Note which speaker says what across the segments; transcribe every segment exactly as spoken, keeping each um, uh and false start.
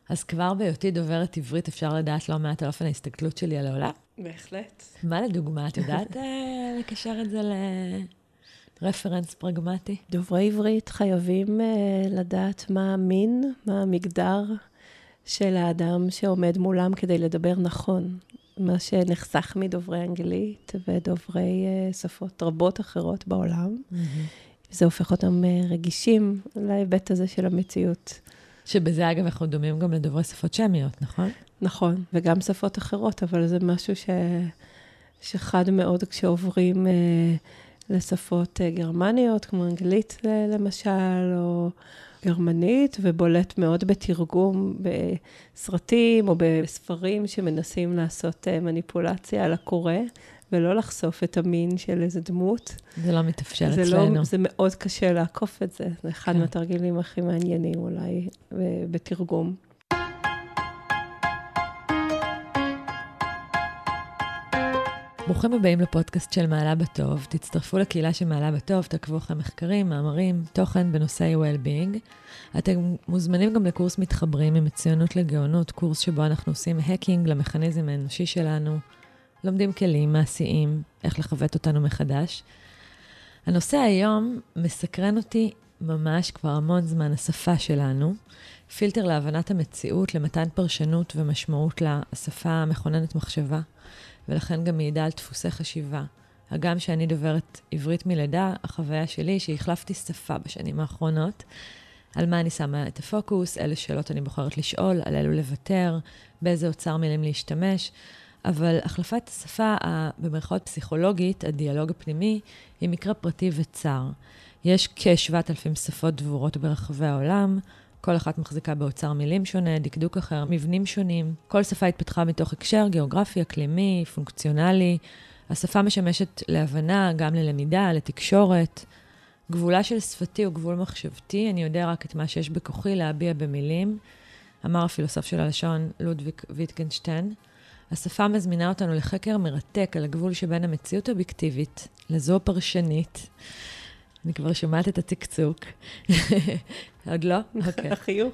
Speaker 1: אז כבר בהיותי דוברת עברית אפשר לדעת לא מעט על אופן ההסתכלות שלי על העולם?
Speaker 2: בהחלט.
Speaker 1: מה לדוגמה? את יודעת לקשר את זה לרפרנס פרגמטי?
Speaker 2: דוברי עברית חייבים לדעת מה המין, מה המגדר של האדם שעומד מולם כדי לדבר נכון. מה שנחסך מדוברי אנגלית ודוברי שפות רבות אחרות בעולם. Mm-hmm. זה הופך אותם רגישים להיבט הזה של המציאות.
Speaker 1: שבזה אגב אנחנו דומים גם לדוברי שפות שמיות, נכון?
Speaker 2: נכון, וגם שפות אחרות, אבל זה משהו ש... שחד מאוד כשעוברים אה, לשפות אה, גרמניות, כמו אנגלית למשל, או גרמנית, ובולט מאוד בתרגום בסרטים או בספרים שמנסים לעשות אה, מניפולציה על הקורא, ולא לחשוף את המין של איזה דמות.
Speaker 1: זה לא מתאפשר
Speaker 2: זה
Speaker 1: אצלנו.
Speaker 2: לא, זה מאוד קשה לעקוף את זה. זה אחד כן. מהתרגילים הכי מעניינים אולי בתרגום.
Speaker 1: ברוכים הבאים לפודקאסט של מעלה בטוב. תצטרפו לקהילה של מעלה בטוב, תעקבו אחרי מחקרים, מאמרים, תוכן בנושאי well-being. אתם מוזמנים גם לקורס מתחברים ממצוינות לגאונות, קורס שבו אנחנו עושים הקינג למכניזם האנושי שלנו, לומדים כלים מעשיים, איך לחוות אותנו מחדש. הנושא היום מסקרן אותי ממש כבר המון זמן, השפה שלנו, פילטר להבנת המציאות, למתן פרשנות ומשמעות לשפה מכוננת מחשבה, ולכן גם מעידה על דפוסי חשיבה. הגם שאני דוברת עברית מלידה, החוויה שלי שהחלפתי שפה בשנים האחרונות, על מה אני שמה את הפוקוס, אלה שאלות אני בוחרת לשאול, על אלו לוותר, באיזה אוצר מילים להשתמש, אבל החלפת השפה במרכאות פסיכולוגית, הדיאלוג הפנימי, היא מקרה פרטי וצר. יש כ-שבעת אלפים שפות דבורות ברחבי העולם, כל אחת מחזיקה באוצר מילים שונה, דקדוק אחר, מבנים שונים. כל שפה התפתחה מתוך הקשר, גיאוגרפי, אקלימי, פונקציונלי. השפה משמשת להבנה, גם ללמידה, לתקשורת. גבולה של שפתי הוא גבול מחשבתי, אני יודע רק את מה שיש בכוחי להביע במילים. אמר הפילוסוף של הלשון, לודוויג ויטגנשטיין. השפה מזמינה אותנו לחקר מרתק על הגבול שבין המציאות האובייקטיבית לזו הפרשנית. אני כבר שומעת את הצקצוק. עוד לא? אוקיי.
Speaker 2: החיוך.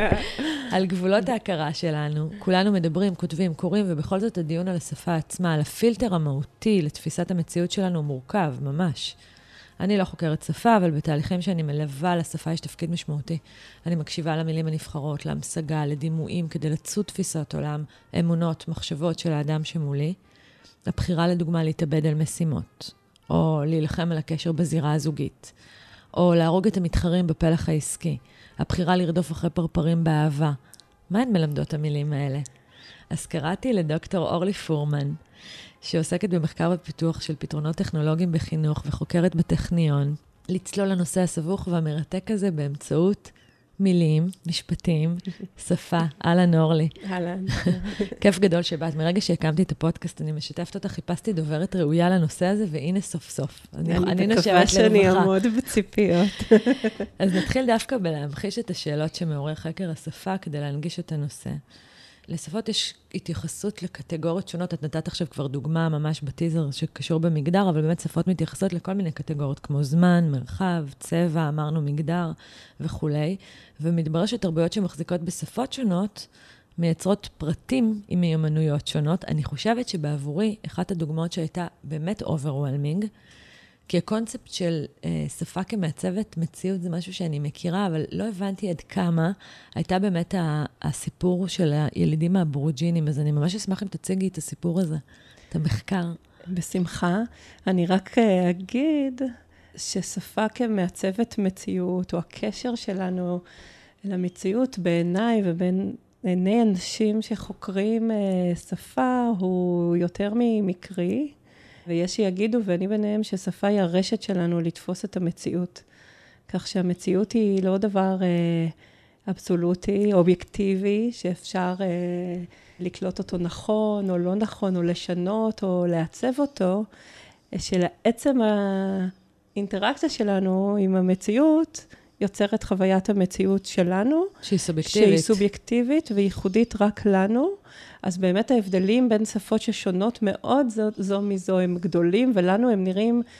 Speaker 1: על גבולות ההכרה שלנו, כולנו מדברים, כותבים, קוראים, ובכל זאת הדיון על השפה עצמה, על הפילטר המהותי לתפיסת המציאות שלנו מורכב, ממש. אני לא חוקרת שפה, אבל בתהליכים שאני מלווה לשפה יש תפקיד משמעותי. אני מקשיבה למילים הנבחרות, להמשגה, לדימויים, כדי לצוד תפיסות עולם, אמונות, מחשבות של האדם שמולי. הבחירה לדוגמה להתאבד על משימות, או להילחם על הקשר בזירה הזוגית, או להרוג את המתחרים בפלח העסקי, הבחירה לרדוף אחרי פרפרים באהבה. מה הן מלמדות המילים האלה? אז קראתי לדוקטור אורלי פורמן, שעוסקת במחקר ופיתוח של פתרונות טכנולוגיים בחינוך וחוקרת בטכניון, לצלול לנושא הסבוך והמרתק הזה באמצעות מילים, משפטים, שפה. אהלן אורלי.
Speaker 2: אהלן.
Speaker 1: כיף גדול שבאת. מרגע שהקמתי את הפודקאסט, אני משתפת אותך, חיפשתי דוברת ראויה לנושא הזה, והנה סוף סוף.
Speaker 2: אני מקווה שאני אעמוד בציפיות.
Speaker 1: אז נתחיל דווקא בלהמחיש את השאלות שמעורר חקר השפה, כדי להנגיש את הנושא. לשפות יש התייחסות לקטגוריות שונות, את נתת עכשיו כבר דוגמה ממש בטיזר שקשור במגדר, אבל באמת שפות מתייחסות לכל מיני קטגוריות, כמו זמן, מרחב, צבע, אמרנו מגדר וכו'. ומתברר שתרבויות שמחזיקות בשפות שונות, מייצרות פרטים עם מיומנויות שונות. אני חושבת שבעבורי, אחת הדוגמאות שהייתה באמת overwhelming, כי הקונספט של אה, שפה כמעצבת מציאות זה משהו שאני מכירה, אבל לא הבנתי עד כמה הייתה באמת ה- הסיפור של הילידים האבורג'ינים, אז אני ממש אשמח אם תציגי את הסיפור הזה, את המחקר.
Speaker 2: בשמחה. אני רק אגיד ששפה כמעצבת מציאות, או הקשר שלנו למציאות בעיניי ובין עיני אנשים שחוקרים אה, שפה, הוא יותר ממקרי. ויש שיגידו, ואני ביניהם, ששפה היא הרשת שלנו לתפוס את המציאות. כך שהמציאות היא לא דבר אה, אבסולוטי, אובייקטיבי, שאפשר אה, לקלוט אותו נכון או לא נכון, או לשנות או לעצב אותו, שלעצם האינטראקציה שלנו עם המציאות, יוצרת חוויית המציאות שלנו.
Speaker 1: שהיא סובייקטיבית.
Speaker 2: שהיא סובייקטיבית וייחודית רק לנו. אז באמת ההבדלים בין שפות ששונות מאוד זו, זו מזו הם גדולים, ולנו הם נראים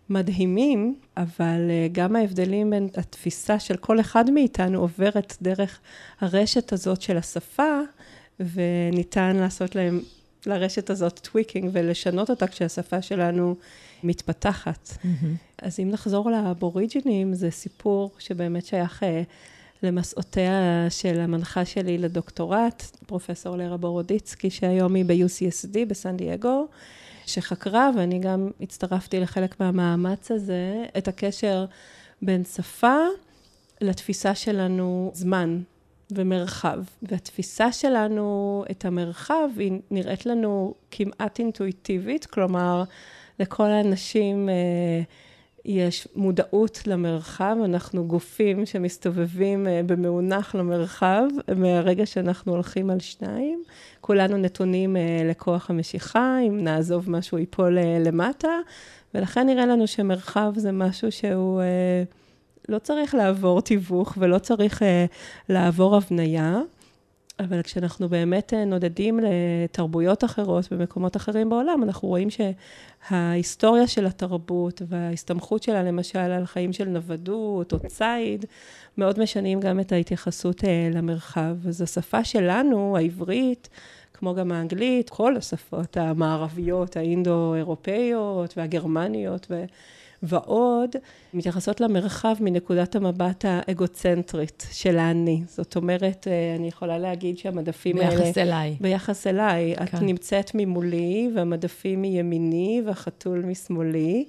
Speaker 2: מדהימים, אבל גם ההבדלים בין התפיסה של כל אחד מאיתנו עוברת דרך הרשת הזאת של השפה, וניתן לעשות להם, לרשת הזאת טוויקינג ולשנות אותה כשהשפה שלנו מתפתחת. Mm-hmm. אז אם נחזור לאבוריג'ינים, זה סיפור שבאמת שייך למסעותיה של המנחה שלי לדוקטורט, פרופסור לרה בורודיצקי, שהיום היא ב-יו סי אס די בסן דייגו, שחקרה, ואני גם הצטרפתי לחלק מהמאמץ הזה, את הקשר בין שפה לתפיסה שלנו זמן ומרחב. והתפיסה שלנו את המרחב היא נראית לנו כמעט אינטואיטיבית, כלומר, לכל האנשים יש מודעות למרחב, אנחנו גופים שמסתובבים במאונח למרחב, מהרגע שאנחנו הולכים על שניים, כולנו נתונים לכוח המשיכה, אם נעזוב משהו ייפול למטה, ולכן נראה לנו שמרחב זה משהו שהוא לא צריך לעבור תיווך, ולא צריך לעבור הבניה, אבל כשאנחנו באמת נודדים לתרבויות אחרות במקומות אחרים בעולם, אנחנו רואים שההיסטוריה של התרבות וההסתמכות שלה, למשל, על חיים של נוודות או ציד, מאוד משנים גם את ההתייחסות למרחב. אז השפה שלנו, העברית, כמו גם האנגלית, כל השפות המערביות, האינדו-אירופאיות והגרמניות ו... ועוד, מתייחסות למרחב מנקודת המבט האגוצנטרית של האני. זאת אומרת, אני יכולה להגיד שהמדפים
Speaker 1: ביחס
Speaker 2: האלה...
Speaker 1: ביחס אליי.
Speaker 2: ביחס אליי. כן. את נמצאת ממולי, והמדפים מימיני, והחתול משמאלי.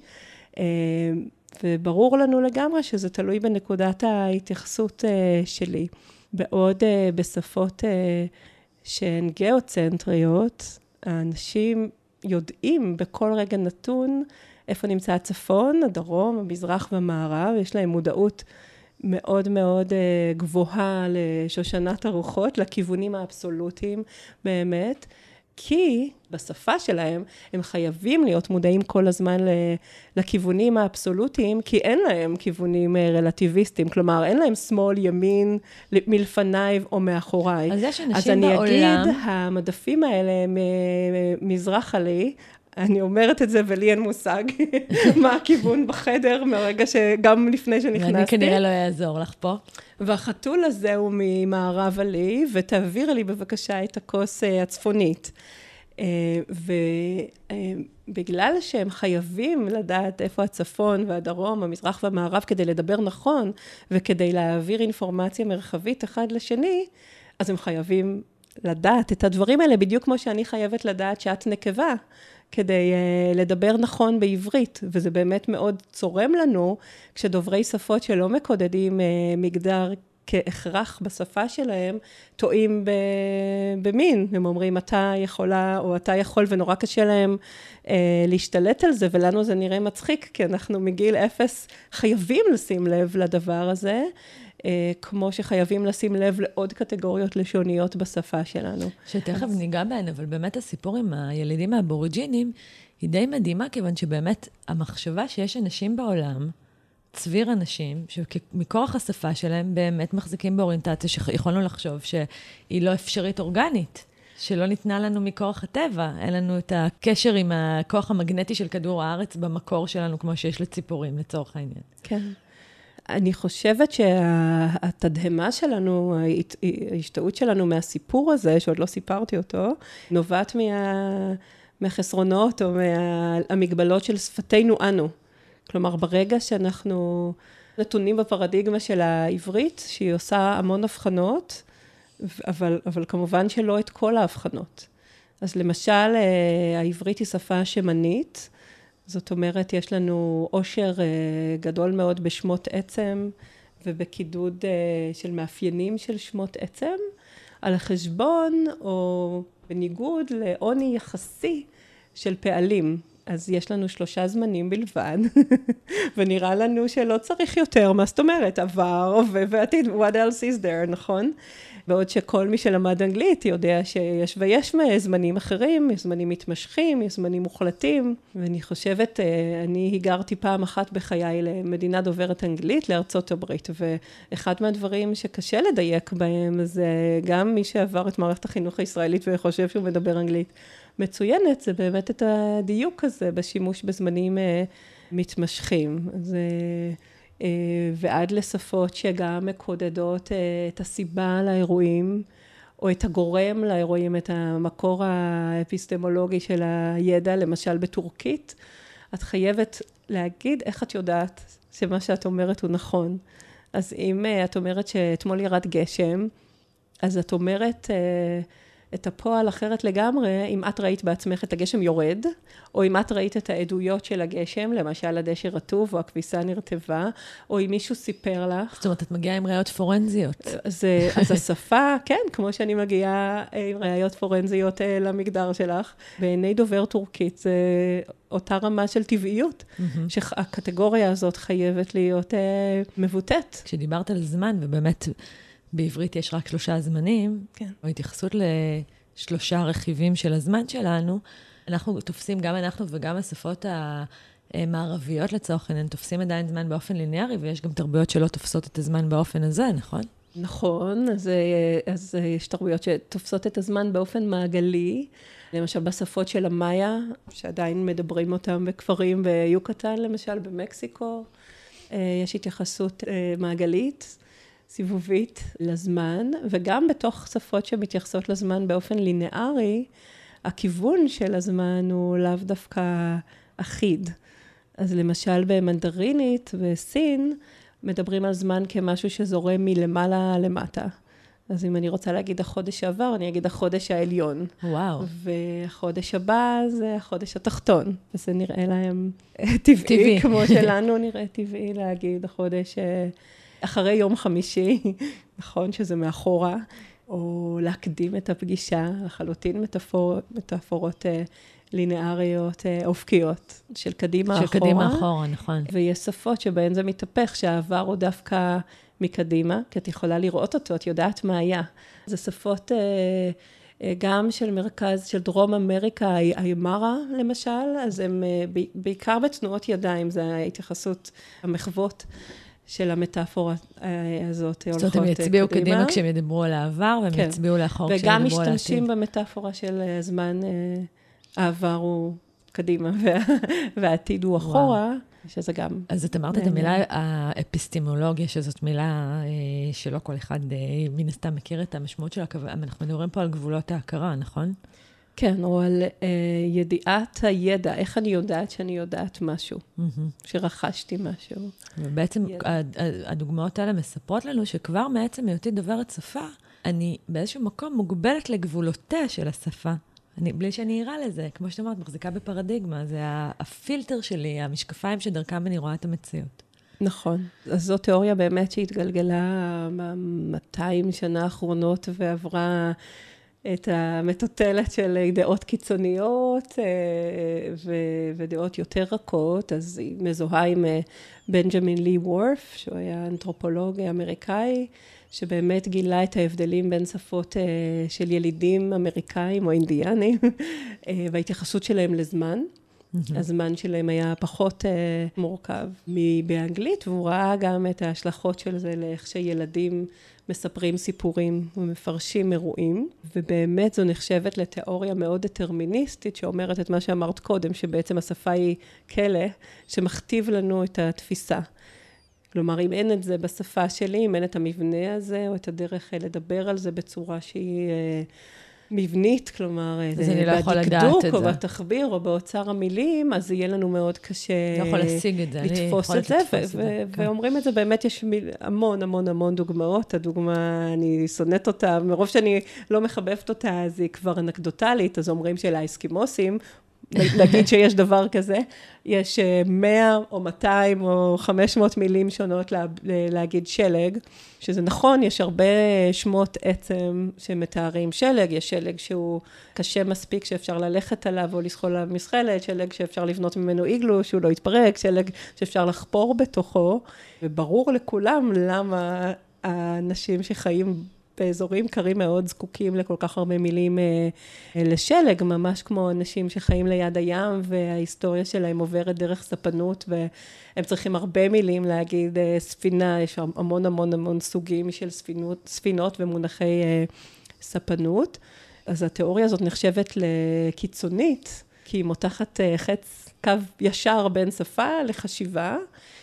Speaker 2: וברור לנו לגמרי שזה תלוי בנקודת ההתייחסות שלי. בעוד בשפות שהן גיאוצנטריות, האנשים יודעים בכל רגע נתון, איפה נמצא הצפון, הדרום, המזרח והמערב, יש להם מודעות מאוד מאוד גבוהה לשושנת הרוחות, לכיוונים האבסולוטיים באמת, כי בשפה שלהם הם חייבים להיות מודעים כל הזמן לכיוונים האבסולוטיים, כי אין להם כיוונים רלטיביסטיים, כלומר אין להם שמאל, ימין, מלפניי או מאחוריי.
Speaker 1: אז יש אנשים בעולם...
Speaker 2: אז אני אגיד, המדפים האלה מזרח עלי, אני אומרת את זה ולי אין מושג מה הכיוון בחדר מהרגע שגם לפני שנכנסתי.
Speaker 1: אני כנראה לא יעזור לך פה.
Speaker 2: והחתול הזה הוא ממערב עלי, ותעביר לי בבקשה את הכוס הצפונית. ובגלל שהם חייבים לדעת איפה הצפון והדרום, המזרח והמערב, כדי לדבר נכון, וכדי להעביר אינפורמציה מרחבית אחד לשני, אז הם חייבים לדעת את הדברים האלה, בדיוק כמו שאני חייבת לדעת שאת נקבה, כדי uh, לדבר נכון בעברית, וזה באמת מאוד צורם לנו, כשדוברי שפות שלא מקודדים uh, מגדר כהכרח בשפה שלהם, טועים ב- במין, הם אומרים, אתה יכולה, או אתה יכול, ונורא קשה להם uh, להשתלט על זה, ולנו זה נראה מצחיק, כי אנחנו מגיל אפס חייבים לשים לב לדבר הזה, Uh, כמו שחייבים לשים לב לעוד קטגוריות לשוניות בשפה שלנו.
Speaker 1: שתכף אז... ניגע בהן, אבל באמת הסיפור עם הילידים האבוריג'ינים היא די מדהימה, כיוון שבאמת המחשבה שיש אנשים בעולם, צביר אנשים, שמכורח השפה שלהם באמת מחזיקים באוריינטציה שיכולנו לחשוב שהיא לא אפשרית אורגנית, שלא ניתנה לנו מכורח הטבע, אין לנו את הקשר עם הכוח המגנטי של כדור הארץ במקור שלנו, כמו שיש לציפורים לצורך העניין.
Speaker 2: כן. אני חושבת שהתדהמה שלנו, ההשתאות שלנו מהסיפור הזה, שעוד לא סיפרתי אותו, נובעת מה, מהחסרונות או מהמגבלות של שפתנו אנו. כלומר, ברגע שאנחנו נתונים בפרדיגמה של העברית, שהיא עושה המון הבחנות, אבל, אבל כמובן שלא את כל ההבחנות. אז למשל, העברית היא שפה שמנית, זאת אומרת, יש לנו עושר גדול מאוד בשמות עצם ובקידוד של מאפיינים של שמות עצם, על החשבון או בניגוד לעוני יחסי של פעלים. אז יש לנו שלושה זמנים בלבד, ונראה לנו שלא צריך יותר, מה זאת אומרת? עבר, הווה ועתיד, what else is there, נכון? בעוד שכל מי שלמד אנגלית יודע שיש ויש זמנים אחרים, יש זמנים מתמשכים, יש זמנים מוחלטים, ואני חושבת, אני היגרתי פעם אחת בחיי למדינה דוברת אנגלית, לארצות הברית, ואחד מהדברים שקשה לדייק בהם, זה גם מי שעבר את מערכת החינוך הישראלית וחושב שהוא מדבר אנגלית מצוינת, זה באמת את הדיוק הזה בשימוש בזמנים מתמשכים. זה, ועד לשפות שגם מקודדות את הסיבה לאירועים, או את הגורם לאירועים, את המקור האפיסטמולוגי של הידע, למשל בטורקית, את חייבת להגיד איך את יודעת שמה שאת אומרת הוא נכון. אז אם את אומרת שאתמול ירד גשם, אז את אומרת את הפועל אחרת לגמרי, אם את ראית בעצמך את הגשם יורד, או אם את ראית את העדויות של הגשם, למשל הדשא רטוב או הכביסה נרטבה, או אם מישהו סיפר לך.
Speaker 1: זאת אומרת, את מגיעה עם ראיות פורנזיות.
Speaker 2: אז, אז השפה, כן, כמו שאני מגיעה עם ראיות פורנזיות למגדר שלך, בעיני דובר טורקית, זה אותה רמה של טבעיות, שהקטגוריה הזאת חייבת להיות מבוטאת.
Speaker 1: כשדיברת על זמן, ובאמת בעברית יש רק שלושה זמנים, כן. או התייחסות לשלושה רכיבים של הזמן שלנו, אנחנו תופסים, גם אנחנו וגם השפות המערביות לצורך העניין, תופסים עדיין זמן באופן ליניארי, ויש גם תרבויות שלא תופסות את הזמן באופן הזה, נכון?
Speaker 2: נכון, אז, אז יש תרבויות שתופסות את הזמן באופן מעגלי, למשל בשפות של המאיה, שעדיין מדברים אותם בכפרים ביוקטן, למשל במקסיקו, יש התייחסות מעגלית, סיבובית לזמן, וגם בתוך שפות שמתייחסות לזמן באופן לינארי, הכיוון של הזמן הוא לאו דווקא אחיד. אז למשל במנדרינית וסין, מדברים על זמן כמשהו שזורם מלמעלה למטה. אז אם אני רוצה להגיד החודש שעבר, אני אגיד החודש העליון.
Speaker 1: וואו.
Speaker 2: והחודש הבא זה החודש התחתון. וזה נראה להם טבעי, טבעי. כמו שלנו נראה טבעי להגיד החודש אחרי יום חמישי, נכון שזה מאחורה, או להקדים את הפגישה, לחלוטין מטאפור, מטאפורות לינאריות, אופקיות, של קדימה
Speaker 1: של
Speaker 2: אחורה.
Speaker 1: של קדימה אחורה, נכון.
Speaker 2: ויש שפות שבהן זה מתהפך, שהעבר הוא דווקא מקדימה, כי את יכולה לראות אותו, את יודעת מה היה. זה שפות גם של מרכז, של דרום אמריקה, הימרה למשל, אז הם בעיקר בתנועות ידיים, זה ההתייחסות המחוות של המטאפורה הזאת הולכות קדימה.
Speaker 1: זאת אומרת, הם יצביעו קדימה כשהם ידברו על העבר, והם כן. יצביעו לאחור כשהם ידברו על העתיד.
Speaker 2: וגם משתמשים במטאפורה של זמן, העבר הוא קדימה, והעתיד הוא אחורה, שזה גם...
Speaker 1: אז את אמרת את המילה האפיסטמולוגיה, שזאת מילה שלא כל אחד מן הסתם מכיר את המשמעות שלה, אנחנו מדברים פה על גבולות ההכרה, נכון?
Speaker 2: כן, או על אה, ידיעת הידע, איך אני יודעת שאני יודעת משהו, mm-hmm. שרכשתי משהו.
Speaker 1: ובעצם הדוגמאות האלה מספרות לנו שכבר מעצם היותי דוברת שפה, אני באיזשהו מקום מוגבלת לגבולותיה של השפה. אני, בלי שאני אראה לזה, כמו שאת אומרת, מחזיקה בפרדיגמה, זה הפילטר שלי, המשקפיים שדרכם אני רואה את המציאות.
Speaker 2: נכון. אז זו תיאוריה באמת שהתגלגלה ב-מאתיים שנה האחרונות ועברה את המטוטלת של דעות קיצוניות ו- ודעות יותר רכות, אז היא מזוהה עם בנג'מין לי וורף, שהוא היה אנתרופולוג אמריקאי, שבאמת גילה את ההבדלים בין שפות של ילידים אמריקאים או אינדיאנים, וההתייחסות שלהם לזמן. הזמן שלהם היה פחות מורכב מבאנגלית, והוא ראה גם את ההשלכות של זה לאיך שילדים מספרים סיפורים ומפרשים אירועים, ובאמת זו נחשבת לתיאוריה מאוד דטרמיניסטית, שאומרת את מה שאמרת קודם, שבעצם השפה היא כלא, שמכתיב לנו את התפיסה. כלומר, אם אין את זה בשפה שלי, אם אין את המבנה הזה, או את הדרך לדבר על זה בצורה שהיא מבנית, כלומר, בדקדוק, או בתחביר, או באוצר המילים, אז יהיה לנו מאוד קשה לתפוס את זה, ואומרים את זה, באמת יש המון, המון, המון דוגמאות, הדוגמה, אני שונאת אותה, מרוב שאני לא מחבבת אותה, אז היא כבר אנקדוטלית, אז אומרים של האסקימוסים, נגיד שיש דבר כזה, יש מאה או מאתיים או חמש מאות מילים שונות לה, להגיד שלג, שזה נכון, יש הרבה שמות עצם שמתארים שלג, יש שלג שהוא קשה מספיק שאפשר ללכת עליו או לסחול עליו מסחלת, שלג שאפשר לבנות ממנו איגלו, שהוא לא יתפרק, שלג שאפשר לחפור בתוכו, וברור לכולם למה האנשים שחיים באזורים קרים מאוד זקוקים לכל כך הרבה מילים אה, לשלג, ממש כמו אנשים שחיים ליד הים, וההיסטוריה שלהם עוברת דרך ספנות, והם צריכים הרבה מילים להגיד אה, ספינה, יש המון המון המון סוגים של ספינות, ספינות ומונחי אה, ספנות. אז התיאוריה הזאת נחשבת לקיצונית, כי היא מותחת חץ, קו ישר בין שפה לחשיבה,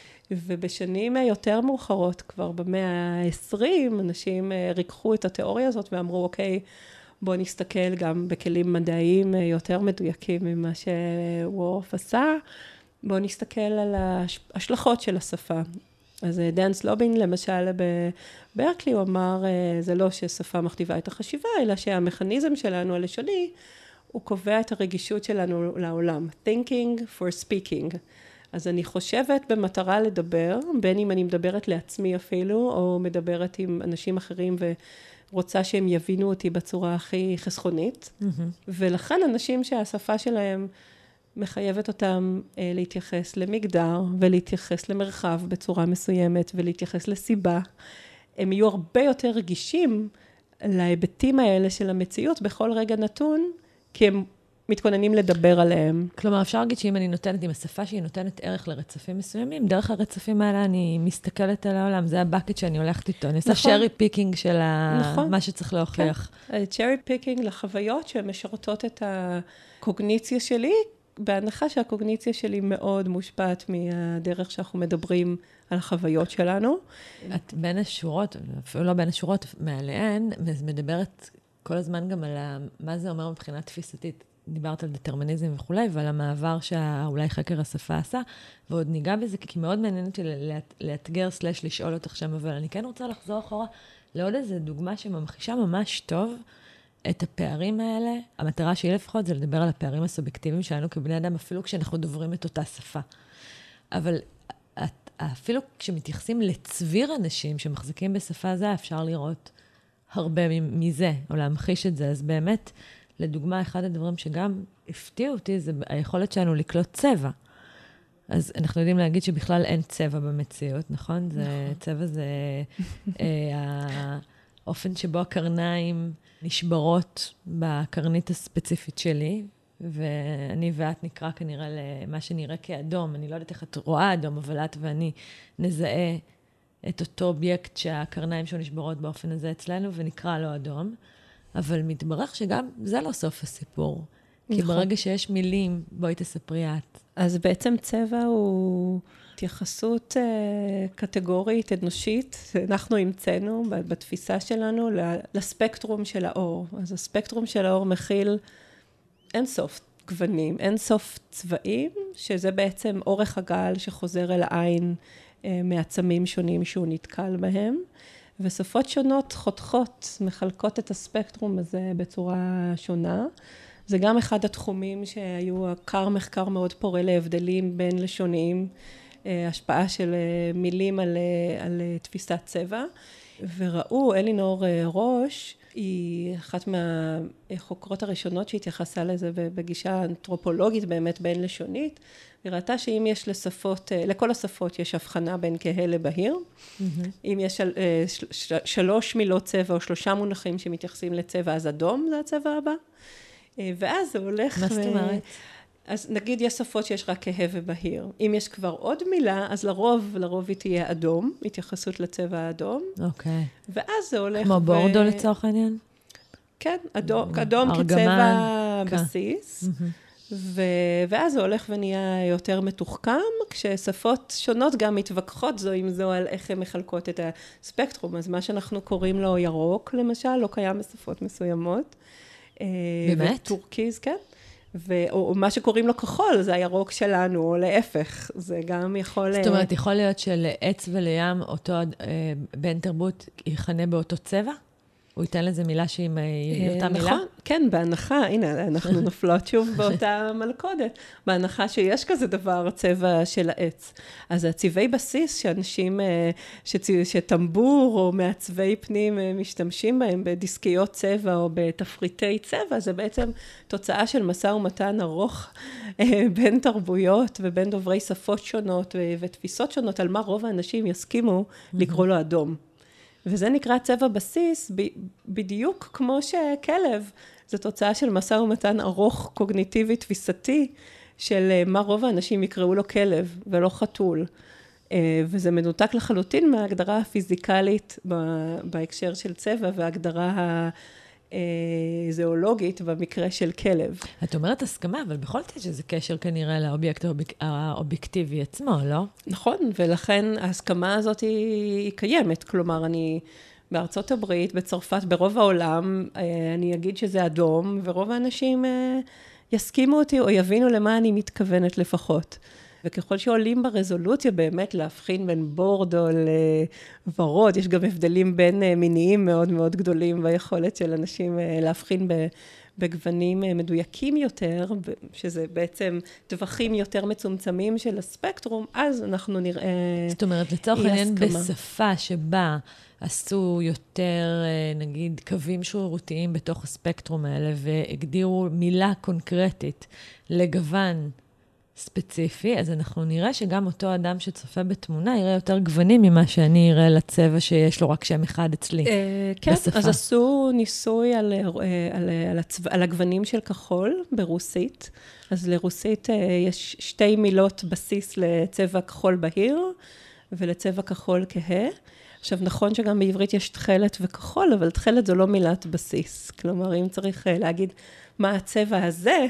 Speaker 2: ובשנים יותר מאוחרות, כבר במאה ה-עשרים, אנשים ריקחו את התיאוריה הזאת ואמרו, אוקיי, בואו נסתכל גם בכלים מדעיים יותר מדויקים ממה שוורף עשה, בואו נסתכל על ההשלכות של השפה. אז דן סלובין, למשל, בברקלי, הוא אמר, זה לא ששפה מכתיבה את החשיבה, אלא שהמכניזם שלנו הלשוני, הוא קובע את הרגישות שלנו לעולם. Thinking for speaking. אז אני חושבת במטרה לדבר, בין אם אני מדברת לעצמי אפילו, או מדברת עם אנשים אחרים ורוצה שהם יבינו אותי בצורה הכי חסכונית. Mm-hmm. ולכן אנשים שהשפה שלהם מחייבת אותם אה, להתייחס למגדר, ולהתייחס למרחב בצורה מסוימת, ולהתייחס לסיבה, הם יהיו הרבה יותר רגישים להיבטים האלה של המציאות בכל רגע נתון, כי הם מתכוננים לדבר עליהם.
Speaker 1: כלומר, אפשר להגיד שאם אני נותנת עם השפה שהיא נותנת ערך לרצפים מסוימים, דרך הרצפים האלה אני מסתכלת על העולם, זה הבקט שאני הולכת איתו. אני עושה שרי פיקינג של מה שצריך להוכיח.
Speaker 2: שרי פיקינג לחוויות שמשרתות את הקוגניציה שלי, בהנחה שהקוגניציה שלי מאוד מושפעת מהדרך שאנחנו מדברים על החוויות שלנו.
Speaker 1: את בין השורות, אפילו לא בין השורות, מעליהן, מדברת כל הזמן גם על מה זה אומר מבחינה תפיסתית. דיברת על דטרמיניזם וכולי, ועל המעבר שאולי חקר השפה עשה, ועוד ניגע בזה, כי מאוד מעניין אותי לאתגר סלש לשאול אותך שם, אבל אני כן רוצה לחזור אחורה לעוד איזו דוגמה שממחישה ממש טוב את הפערים האלה. המטרה שלי לפחות זה לדבר על הפערים הסובייקטיביים שלנו כבני אדם, אפילו כשאנחנו דוברים את אותה שפה. אבל אפילו כשמתייחסים לצביר אנשים שמחזיקים בשפה זו, אפשר לראות הרבה מזה, או להמחיש את זה. אז באמת, לדוגמה, אחד הדברים שגם הפתיעו אותי, זה היכולת שלנו לקלוט צבע. אז אנחנו יודעים להגיד שבכלל אין צבע במציאות, נכון? זה, צבע זה האופן שבו הקרניים נשברות בקרנית הספציפית שלי, ואני ואת נקרא כנראה למה שנראה כאדום. אני לא יודעת איך את רואה אדום, אבל את ואני נזהה את אותו אובייקט שהקרניים שלו נשברות באופן הזה אצלנו, ונקרא לו אדום. אבל מתברך שגם זה לא סוף הסיפור. כי ברגע שיש מילים, בואי תספרי את.
Speaker 2: אז בעצם צבע הוא התייחסות קטגורית, אנושית, אנחנו המצאנו בתפיסה שלנו לספקטרום של האור. אז הספקטרום של האור מכיל אינסוף גוונים, אינסוף צבעים, שזה בעצם אורך הגל שחוזר אל העין מעצמים שונים שהוא נתקל בהם. ושפות שונות חותכות, מחלקות את הספקטרום הזה בצורה שונה. זה גם אחד התחומים שהיו עקר מחקר מאוד פורה להבדלים בין לשוניים, השפעה של מילים על, על תפיסת צבע. וראו, אלינור ראש, היא אחת מהחוקרות הראשונות שהתייחסה לזה בגישה אנתרופולוגית באמת בין לשונית, היא ראתה שאם יש לשפות, לכל השפות יש הבחנה בין כהה לבהיר. Mm-hmm. אם יש של, של, שלוש מילות צבע או שלושה מונחים שמתייחסים לצבע, אז אדום זה הצבע הבא. ואז זה הולך...
Speaker 1: מה זאת אומרת?
Speaker 2: אז נגיד יש שפות שיש רק כהה ובהיר. אם יש כבר עוד מילה, אז לרוב, לרוב היא תהיה אדום, התייחסות לצבע האדום.
Speaker 1: אוקיי.
Speaker 2: ואז זה הולך...
Speaker 1: כמו בורדו לצורך העניין?
Speaker 2: כן, אדום, אדום כצבע בסיס. ו... ואז זה הולך ונהיה יותר מתוחכם, כששפות שונות גם מתווכחות זו עם זו על איך הן מחלקות את הספקטרום. אז מה שאנחנו קוראים לו ירוק, למשל, לא קיים בשפות מסוימות.
Speaker 1: באמת?
Speaker 2: וטורקיז, כן. ו... או מה שקוראים לו כחול, זה הירוק שלנו, או להפך. זה גם יכול...
Speaker 1: זאת אומרת, יכול להיות שלעץ ולים אותו בן תרבות יכנה באותו צבע? הוא ייתן לזה מילה שהיא אותה מילה?
Speaker 2: נכון, כן, בהנחה, הנה, אנחנו נופלות שוב באותה מלכודת, בהנחה שיש כזה דבר, צבע של העץ. אז הצבעי בסיס שאנשים, שטמבור או מעצבי פנים משתמשים בהם בדיסקיות צבע או בתפריטי צבע, זה בעצם תוצאה של משא ומתן ארוך בין תרבויות ובין דוברי שפות שונות ותפיסות שונות, על מה רוב האנשים יסכימו לקרוא לו אדום. וזה נקרא צבע בסיס, בדיוק כמו שכלב. זו תוצאה של משא ומתן ארוך, קוגניטיבי, תפיסתי, של מה רוב האנשים יקראו לו כלב ולא חתול. וזה מנותק לחלוטין מההגדרה הפיזיקלית בהקשר של צבע, וההגדרה פיזיולוגית במקרה של כלב.
Speaker 1: את אומרת הסכמה, אבל בכל זאת שזה קשר כנראה לאובייקט האובייקטיבי עצמו, לא?
Speaker 2: נכון, ולכן ההסכמה הזאת היא קיימת. כלומר, אני בארצות הברית, בצרפת, ברוב העולם, אני אגיד שזה אדום, ורוב האנשים יסכימו אותי או יבינו למה אני מתכוונת לפחות. וככל שעולים ברזולוציה באמת להבחין בין בורדו לוורוד, יש גם הבדלים בין מיניים מאוד מאוד גדולים ביכולת של אנשים להבחין בגוונים מדויקים יותר, שזה בעצם טווחים יותר מצומצמים של הספקטרום, אז אנחנו נראה אי הסכמה.
Speaker 1: זאת אומרת, לצורך העניין בשפה שבה עשו יותר, נגיד, קווים שרירותיים בתוך הספקטרום האלה, והגדירו מילה קונקרטית לגוון ספציפי, אז אנחנו נראה שגם אותו אדם שצופה בתמונה יראה יותר גוונים ממה שאני אראה לצבע שיש לו רק שם אחד אצלי.
Speaker 2: כן, אז עשו ניסוי על, על, על, הצבע, על הגוונים של כחול ברוסית. אז לרוסית יש שתי מילות בסיס לצבע כחול בהיר ולצבע כחול כהה. עכשיו, נכון שגם בעברית יש תכלת וכחול, אבל תכלת זו לא מילת בסיס. כלומר, אם צריך להגיד מה הצבע הזה,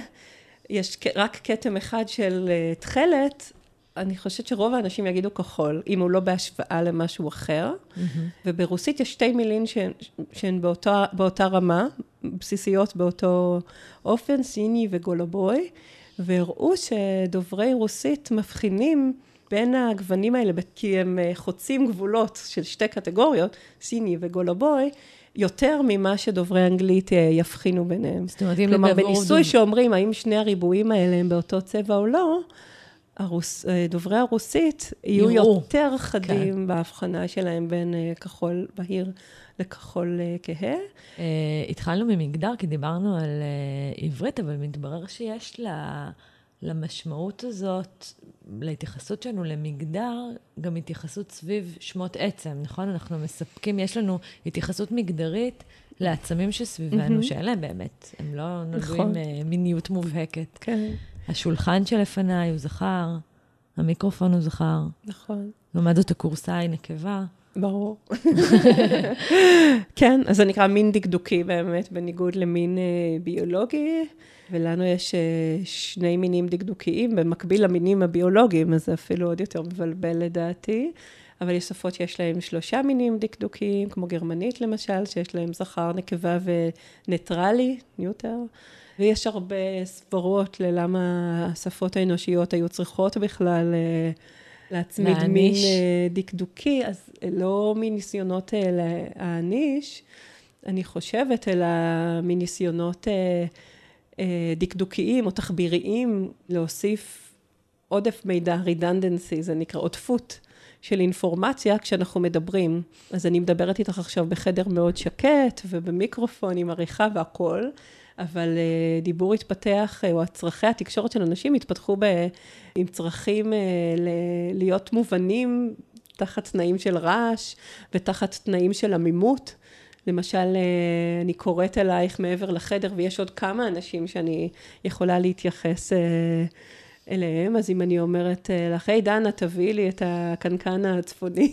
Speaker 2: יש רק כתם אחד של תכלת, אני חושבת שרוב האנשים יגידו כחול, אם הוא לא בהשוואה למשהו אחר. Mm-hmm. וברוסית יש שתי מילים שהן, שהן באותה, באותה רמה, בסיסיות באותו אופן, סיני וגולובוי, והראו שדוברי רוסית מבחינים בין הגוונים האלה, כי הם חוצים גבולות של שתי קטגוריות, סיני וגולובוי, יותר ממה שדוברי אנגלית יבחינו ביניהם. זאת אומרת, כלומר, בניסוי דוב... שאומרים, האם שני הריבועים האלה הם באותו צבע או לא, הרוס... דוברי הרוסית יהיו יראו. יותר חדים כן. בהבחנה שלהם בין כחול בהיר לכחול כהה.
Speaker 1: Uh, התחלנו ממגדר, כי דיברנו על uh, עברית, אבל מתברר שיש לה... למשמעות הזאת, להתייחסות שלנו למגדר, גם התייחסות סביב שמות עצם, נכון? אנחנו מספקים, יש לנו התייחסות מגדרית לעצמים שסביבנו, שאין להם באמת, הם לא נולדו עם מיניות מובהקת.
Speaker 2: כן.
Speaker 1: השולחן שלפניי הוא זכר, המיקרופון הוא זכר.
Speaker 2: נכון.
Speaker 1: לעומת זאת הקורסאי נקבה.
Speaker 2: ברור. כן, אז זה נקרא מין דקדוקי באמת, בניגוד למין ביולוגי, ולנו יש שני מינים דקדוקיים, במקביל למינים הביולוגיים, אז זה אפילו עוד יותר מבלבל לדעתי, אבל יש שפות שיש להם שלושה מינים דקדוקיים, כמו גרמנית למשל, שיש להם זכר, נקבה וניטרלי, ניוטר, ויש הרבה סברות ללמה השפות האנושיות היו צריכות בכלל להצמיד מין דקדוקי, אז לא מניסיונות להעניש, אני חושבת, אלא מניסיונות דקדוקיים או תחביריים, להוסיף עודף מידע, redundancy, זה נקרא עודפות של אינפורמציה כשאנחנו מדברים. אז אני מדברת איתך עכשיו בחדר מאוד שקט, ובמיקרופון עם עריכה והכל, אבל דיבור התפתח, או הצרכי התקשורת של אנשים התפתחו ב, עם צרכים ל- להיות מובנים תחת תנאים של רעש, ותחת תנאים של עמימות. למשל, אני קוראת אלייך מעבר לחדר, ויש עוד כמה אנשים שאני יכולה להתייחס אליהם, אז אם אני אומרת לך, היי דנה, תביאי לי את הקנקן הצפוני,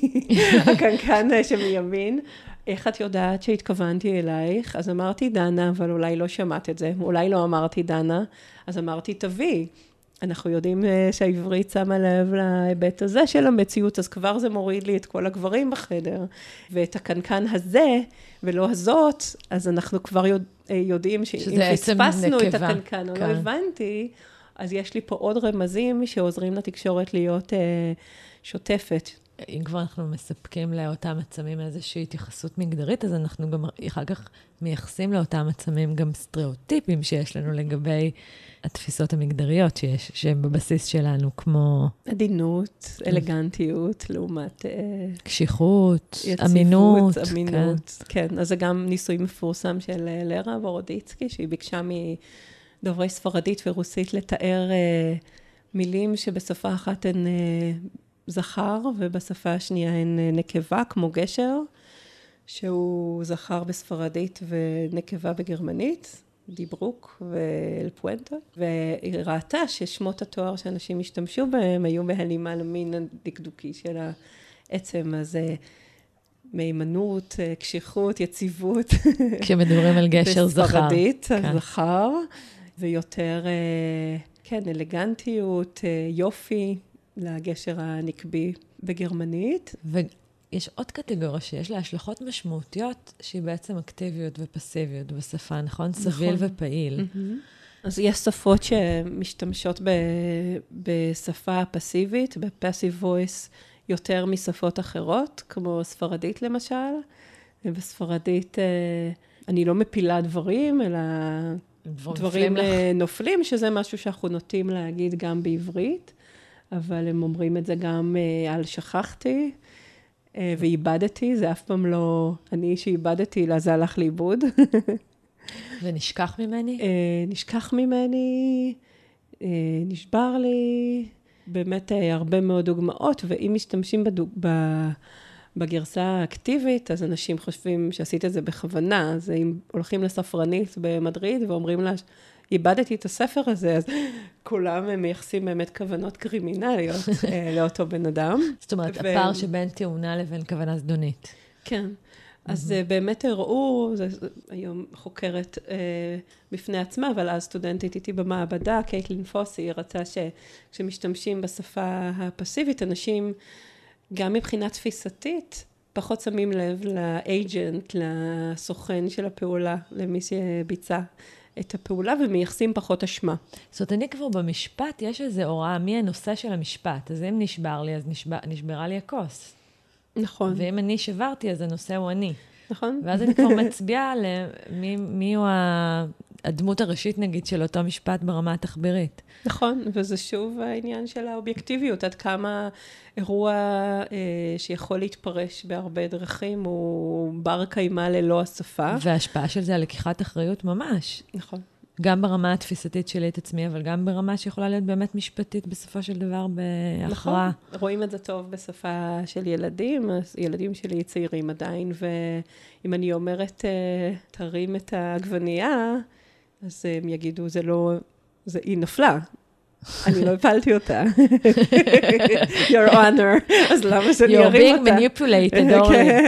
Speaker 2: הקנקן שמימין, איך את יודעת שהתכוונתי אלייך? אז אמרתי דנה, אבל אולי לא שמעת את זה, אולי לא אמרתי דנה, אז אמרתי תביאי. אנחנו יודעים שהעברית שמה לב להיבט הזה של המציאות, אז כבר זה מוריד לי את כל הגברים בחדר, ואת הקנקן הזה, ולא הזאת, אז אנחנו כבר יודע, יודעים שאם פספסנו את הקנקן, או לא הבנתי, אז יש לי פה עוד רמזים שעוזרים לתקשורת להיות uh, שוטפת.
Speaker 1: אם כבר אנחנו מספקים לאותם עצמים איזושהי התייחסות מגדרית, אז אנחנו גם אחר כך מייחסים לאותם עצמים גם סטריאוטיפים שיש לנו לגבי התפיסות המגדריות שיש, שהן בבסיס שלנו, כמו
Speaker 2: עדינות, אלגנטיות, לעומת
Speaker 1: קשיחות,
Speaker 2: יציבות,
Speaker 1: אמינות.
Speaker 2: אמינות, כן. כן. אז זה גם ניסוי מפורסם של לרה בורודיצקי, שהיא ביקשה מדוברי ספרדית ורוסית לתאר מילים שבשפה אחת הן זכר, ובשפה השנייה הן נקבה, כמו גשר, שהוא זכר בספרדית ונקבה בגרמנית, דיברוק ואל פואנטו, והיא ראתה ששמות התואר שאנשים השתמשו בהם היו בהלימה למין הדקדוקי של העצם. אז מהימנות, קשיחות, יציבות.
Speaker 1: כשמדברים על גשר זכר.
Speaker 2: בספרדית, זכר, ויותר, כן, אלגנטיות, יופי, לגשר הנקבי בגרמנית.
Speaker 1: ויש עוד קטגוריה שיש לה השלכות משמעותיות, שהיא בעצם אקטיביות ופסיביות בשפה, נכון? סביל ופעיל.
Speaker 2: אז יש שפות שמשתמשות בשפה פסיבית, ב-passive voice, יותר משפות אחרות, כמו ספרדית למשל. בספרדית אני לא מפילה דברים, אלא דברים נופלים, שזה משהו שאנחנו נוטים להגיד גם בעברית, אבל הם אומרים את זה גם על שכחתי, ואיבדתי, זה אף פעם לא אני שאיבדתי, אלא זה הלך לאיבוד.
Speaker 1: ונשכח ממני?
Speaker 2: נשכח ממני, נשבר לי, באמת הרבה מאוד דוגמאות, ואם משתמשים בדוג... בגרסה האקטיבית, אז אנשים חושבים שעשית את זה בכוונה, אז אם הולכים לספרנית במדריד ואומרים לה, איבדתי את הספר הזה, אז כולם מייחסים באמת כוונות קרימינליות לאותו בן אדם.
Speaker 1: זאת אומרת, ו... הפער שבין תאונה לבין כוונה זדונית.
Speaker 2: כן. אז mm-hmm. באמת הראו, זה, היום חוקרת אה, בפני עצמה, אבל אז סטודנטית איתי במעבדה, קייטלין פוסי, היא רצה שכשמשתמשים בשפה הפסיבית, אנשים גם מבחינה תפיסתית, פחות שמים לב לאג'נט, לסוכן של הפעולה, למי שביצע את הפעולה, ומייחסים פחות אשמה.
Speaker 1: זאת אומרת, אני כבר במשפט, יש איזו הוראה, מי הנושא של המשפט, אז אם נשבר לי, אז נשבר, נשברה לי הכוס.
Speaker 2: נכון.
Speaker 1: ואם אני שברתי, אז הנושא הוא אני.
Speaker 2: נכון.
Speaker 1: ואז אני כבר מצביעה למי מי הוא הדמות הראשית, נגיד, של אותו משפט ברמה התחבירית.
Speaker 2: נכון, וזה שוב העניין של האובייקטיביות, עד כמה אירוע אה, שיכול להתפרש בהרבה דרכים, הוא בר קיימה ללא השפה.
Speaker 1: וההשפעה של זה על לקיחת אחריות ממש.
Speaker 2: נכון.
Speaker 1: גם ברמה התפיסתית שלי את עצמי, אבל גם ברמה שיכולה להיות באמת משפטית בסופו של דבר בהכרעה.
Speaker 2: נכון, רואים את זה טוב בשפה של ילדים, ילדים שלי צעירים עדיין, ואם אני אומרת, תרים את העגבנייה, אז הם יגידו, זה לא, זה, היא נפלה. אני לא הפלתי אותה. Your honor. אז למה שאני ארים אותה?
Speaker 1: You're being manipulated, אורלי.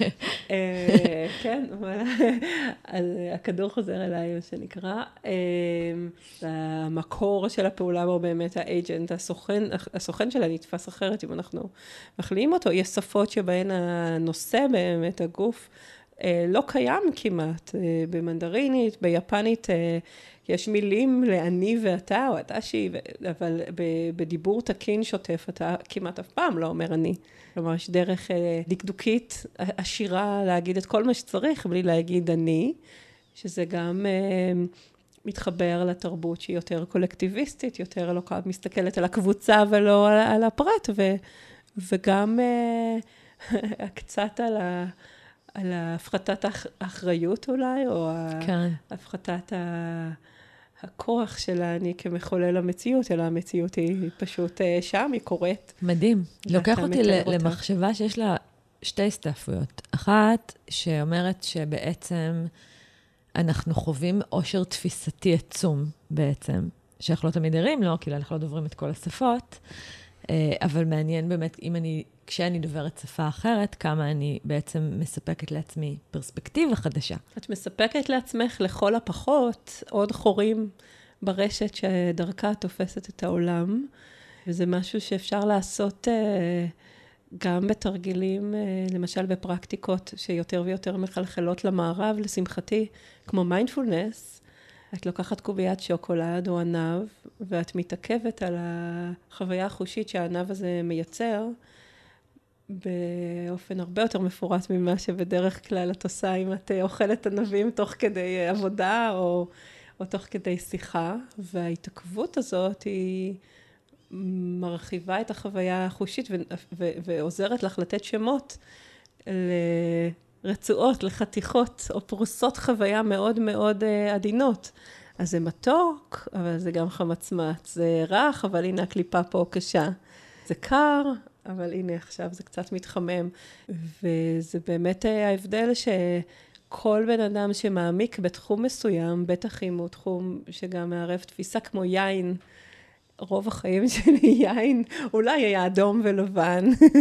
Speaker 2: כן, אז הכדור חוזר אליי, מה שנקרא. המקור של הפעולה הוא באמת האג'נט, הסוכן, הסוכן שלה נתפס אחרת, אם אנחנו מחליאים אותו. יש שפות שבהן הנושא באמת, הגוף, לא קיים כמעט. במנדרינית, ביפנית, יש מילים לאני ואתה, או אתה שהיא, אבל בדיבור תקין שוטף, אתה כמעט אף פעם לא אומר אני. כלומר, יש דרך דקדוקית, עשירה להגיד את כל מה שצריך, בלי להגיד אני, שזה גם מתחבר לתרבות שהיא יותר קולקטיביסטית, יותר לא מסתכלת על הקבוצה ולא על, על הפרט, ו, וגם קצת על ה... על הפחתת האחריות אולי, או כן. הפחתת הכוח שלה, אני כמחולל המציאות, אלא המציאות היא פשוט שם, היא קורית.
Speaker 1: מדהים. לוקח אותי למחשבה שיש לה שתי הסתעפויות. אחת, שאומרת שבעצם אנחנו חווים עושר תפיסתי עצום בעצם, שאנחנו לא תמיד ערים לו, כאילו אנחנו לא דוברים את כל השפות, אבל מעניין באמת, אם אני, כשאני דוברת שפה אחרת, כמה אני בעצם מספקת לעצמי פרספקטיבה חדשה.
Speaker 2: את מספקת לעצמך לכל הפחות עוד חורים ברשת שדרכה תופסת את העולם, וזה משהו שאפשר לעשות גם בתרגילים, למשל בפרקטיקות שיותר ויותר מחלחלות למערב, לשמחתי, כמו מיינדפולנס, את לוקחת קוביית שוקולד או ענב, ואת מתעכבת על החוויה החושית שהענב הזה מייצר, באופן הרבה יותר מפורט ממה שבדרך כלל את עושה אם את אוכלת ענבים תוך כדי עבודה או, או תוך כדי שיחה, וההתעכבות הזאת היא מרחיבה את החוויה החושית ו- ו- ועוזרת לך לתת שמות לרצועות, לחתיכות או פרוסות חוויה מאוד מאוד עדינות. אז זה מתוק, אבל זה גם חמצמץ, זה רך, אבל הנה הקליפה פה קשה. זה קר, אבל הנה עכשיו זה קצת מתחמם. וזה באמת ההבדל שכל בן אדם שמעמיק בתחום מסוים, בטח אם הוא תחום שגם מערב תפיסה כמו יין, רוב החיים שלי יין, אולי היה אדום ולבן,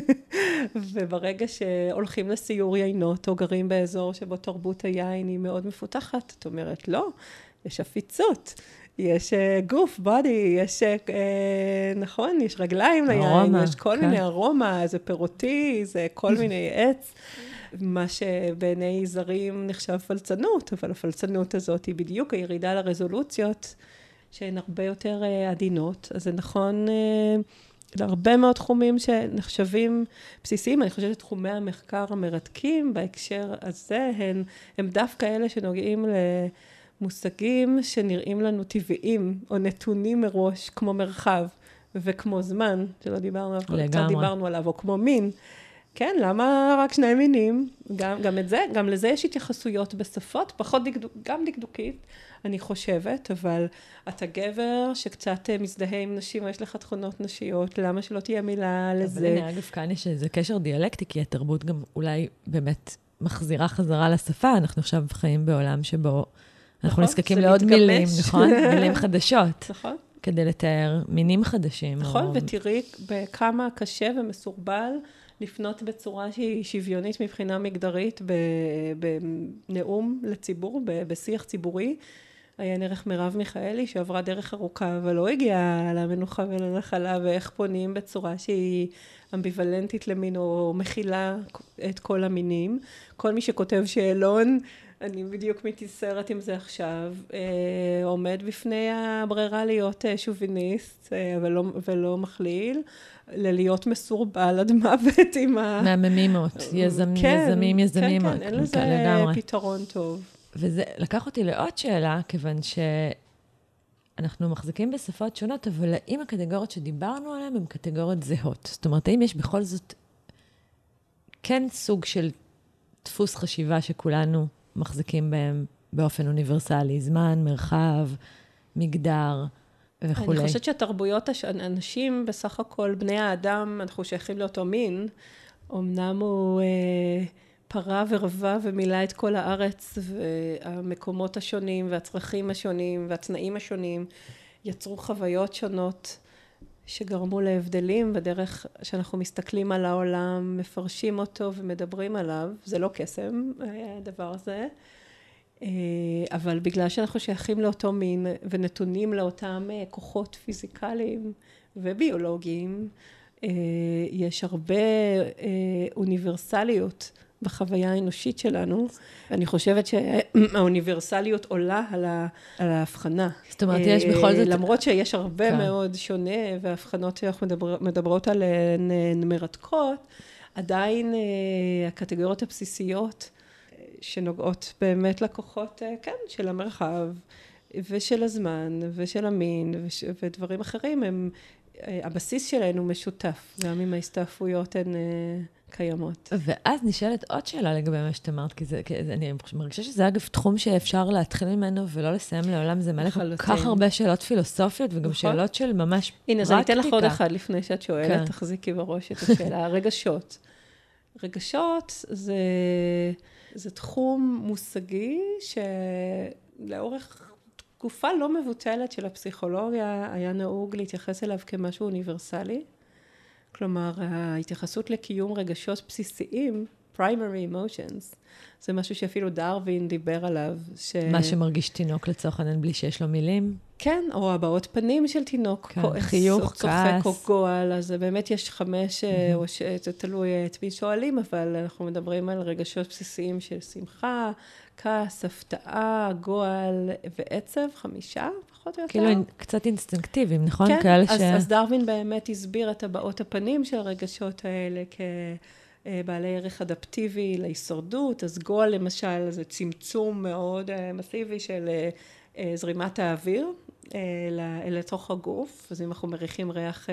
Speaker 2: וברגע שהולכים לסיור יינות, או גרים באזור שבו תרבות היין היא מאוד מפותחת, את אומרת, לא, יש אפיצות, יש גוף, בודי, יש, נכון, יש רגליים ליין, יש כל מיני ארומה, זה פירותי, זה כל מיני עץ, מה שבעיני זרים נחשב פלצנות, אבל הפלצנות הזאת היא בדיוק הירידה לרזולוציות, שהן הרבה יותר עדינות, אז זה נכון להרבה מאוד תחומים שנחשבים בסיסיים, אני חושבת שתחומי המחקר המרתקים בהקשר הזה, הם, הם דווקא אלה שנוגעים למושגים שנראים לנו טבעיים, או נתונים מראש, כמו מרחב וכמו זמן, שלא דיברנו עליו, קצת דיברנו עליו, או כמו מין. כן, למה רק שני מינים? גם, גם את זה, גם לזה יש התייחסויות בשפות, פחות דקדוק, גם דקדוקית, אני חושבת, אבל אתה גבר שקצת מזדהה עם נשים, או יש לך תכונות נשיות, למה שלא תהיה מילה לזה?
Speaker 1: אבל הנה, אגב, כאן יש איזה קשר דיאלקטי, כי התרבות גם אולי באמת מחזירה חזרה לשפה, אנחנו עכשיו חיים בעולם שבו אנחנו נזקקים לעוד מילים, נכון? מילים חדשות.
Speaker 2: נכון.
Speaker 1: כדי לתאר מינים חדשים.
Speaker 2: נכון, ותראי בכמה קשה ומסורבל, לפנות בצורה שהיא שוויונית מבחינה מגדרית בנאום לציבור, בשיח ציבורי. היה נערך מרב מיכאלי שעברה דרך ארוכה, אבל לא הגיעה למנוחה ולנחלה, ואיך פונים בצורה שהיא אמביוולנטית למין, או מכילה את כל המינים. כל מי שכותב שאלון, אני בדיוק מתייסרת עם זה עכשיו, עומד בפני הברירה להיות שוביניסט, ולא, ולא מכליל. ללהיות מסורבל עד מוות עם ה...
Speaker 1: מהממימות, יזמים,
Speaker 2: כן,
Speaker 1: יזמים, יזמים.
Speaker 2: כן, כן, אין לזה פתרון טוב.
Speaker 1: וזה לקח אותי לעוד שאלה, כיוון שאנחנו מחזיקים בשפות שונות, אבל האם הקטגוריות שדיברנו עליהן הן קטגוריות זהות? זאת אומרת, האם יש בכל זאת כן סוג של דפוס חשיבה שכולנו מחזיקים בהם באופן אוניברסלי, זמן, מרחב, מגדר, וכו'.
Speaker 2: אני חושבת שהתרבויות, אנשים בסך הכל, בני האדם, אנחנו שייכים לאותו מין, אמנם הוא אה, פרה ורבה ומילא את כל הארץ, והמקומות השונים והצרכים השונים והתנאים השונים, יצרו חוויות שונות שגרמו להבדלים בדרך שאנחנו מסתכלים על העולם, מפרשים אותו ומדברים עליו. זה לא קסם, הדבר הזה. אבל בגלל שאנחנו שייכים לאותו מין ונתונים לאותם כוחות פיזיקליים וביולוגיים, יש הרבה אוניברסליות בחוויה האנושית שלנו. אני חושבת שהאוניברסליות עולה על ההבחנה.
Speaker 1: זאת אומרת, יש בכל זאת...
Speaker 2: למרות שיש הרבה מאוד שונה, וההבחנות שאנחנו מדברות עליהן מרתקות, עדיין הקטגוריות הבסיסיות, שנוגעות באמת לכוחות, כן, של המרחב, ושל הזמן, ושל המין, וש, ודברים אחרים, הם, הבסיס שלנו משותף, גם אם ההסתעפויות הן קיימות.
Speaker 1: ואז נשאלת עוד שאלה לגבי מה שאת אמרת, כי, זה, כי אני מרגישה שזה אגב תחום שאפשר להתחיל ממנו ולא לסיים לעולם, זה מלא כל כך הרבה שאלות פילוסופיות, וגם שאלות של ממש פרקטיקה.
Speaker 2: הנה, אז אני אתן לך עוד אחד לפני שאת שואלת, תחזיקי בראש את השאלה, הרגשות. רגשות זה... זה תחום מושגי שלאורך תקופה לא מבוטלת של הפסיכולוגיה היה נהוג להתייחס אליו כמשהו אוניברסלי. כלומר, ההתייחסות לקיום רגשות בסיסיים, primary emotions, זה משהו שאפילו דרווין דיבר עליו. ש...
Speaker 1: מה שמרגיש תינוק לצורך העניין בלי שיש לו מילים?
Speaker 2: כן, או הבעות פנים של תינוק,
Speaker 1: כן,
Speaker 2: כועס,
Speaker 1: חיוך,
Speaker 2: או צוחק, או גועל, אז באמת יש חמש, mm-hmm. או ש... זה תלוי את מי שואלים, אבל אנחנו מדברים על רגשות בסיסיים של שמחה, כעס, הפתעה, גועל ועצב, חמישה, פחות או יותר.
Speaker 1: כאילו קצת אינסטינקטיביים, נכון?
Speaker 2: כן,
Speaker 1: כאלה
Speaker 2: אז,
Speaker 1: ש...
Speaker 2: אז דרווין באמת הסביר את הבעות הפנים של הרגשות האלה כ... בעלי ערך אדפטיבי להישרדות, אז גועל למשל זה צמצום מאוד מסיבי של זרימת האוויר לתוך הגוף, אז אם אנחנו מריחים ריח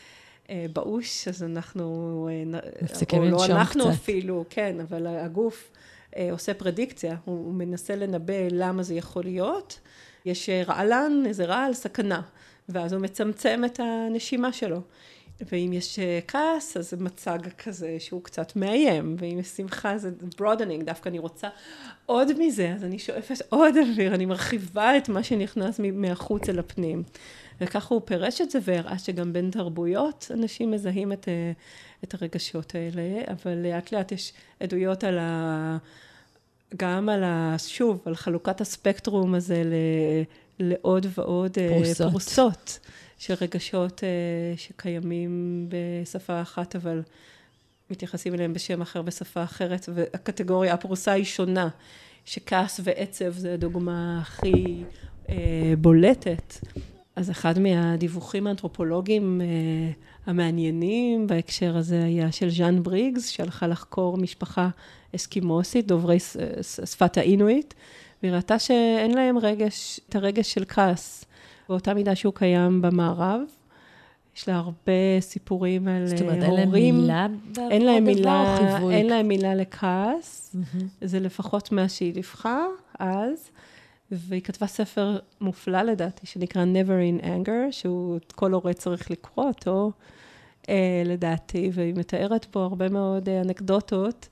Speaker 2: באוש, אז אנחנו,
Speaker 1: מפסיקים
Speaker 2: או לא
Speaker 1: לנשום
Speaker 2: אנחנו
Speaker 1: קצת.
Speaker 2: אפילו, כן, אבל הגוף עושה פרדיקציה, הוא מנסה לנבא למה זה יכול להיות, יש רעלן, איזה רעל, סכנה, ואז הוא מצמצם את הנשימה שלו. ואם יש כעס, אז זה מצג כזה שהוא קצת מאיים, ואם יש שמחה זה broadening, דווקא אני רוצה עוד מזה, אז אני שואפת עוד אוויר, אני מרחיבה את מה שנכנס מהחוץ אל הפנים. וככה הוא פירש את זה, והראה שגם בין תרבויות אנשים מזהים את, את הרגשות האלה, אבל לאט לאט יש עדויות על ה... גם על ה... שוב, על חלוקת הספקטרום הזה ל... לעוד ועוד פרוסות. פרוסות. של רגשות uh, שקיימים בשפה אחת, אבל מתייחסים אליהם בשם אחר בשפה אחרת, והקטגוריה, הפרוסה היא שונה, שכעס ועצב זה הדוגמה הכי uh, בולטת. אז אחד מהדיווחים האנתרופולוגיים uh, המעניינים בהקשר הזה היה של ז'אן בריגס, שהלכה לחקור משפחה אסקימוסית, דוברי שפת האינואיט, והיא ראתה שאין להם רגש, את הרגש של כעס. באותה מידה שהוא קיים במערב, יש לה הרבה סיפורים על
Speaker 1: זאת אומרת,
Speaker 2: הורים.
Speaker 1: אין להם מילה
Speaker 2: אין להם מילה,
Speaker 1: או
Speaker 2: אין להם מילה לכעס, mm-hmm. זה לפחות מה שהיא דיווחה אז, והיא כתבה ספר מופלא לדעתי, שנקרא Never in Anger, שהוא כל הורה צריך לקרוא אותו, אה, לדעתי, והיא מתארת פה הרבה מאוד אנקדוטות,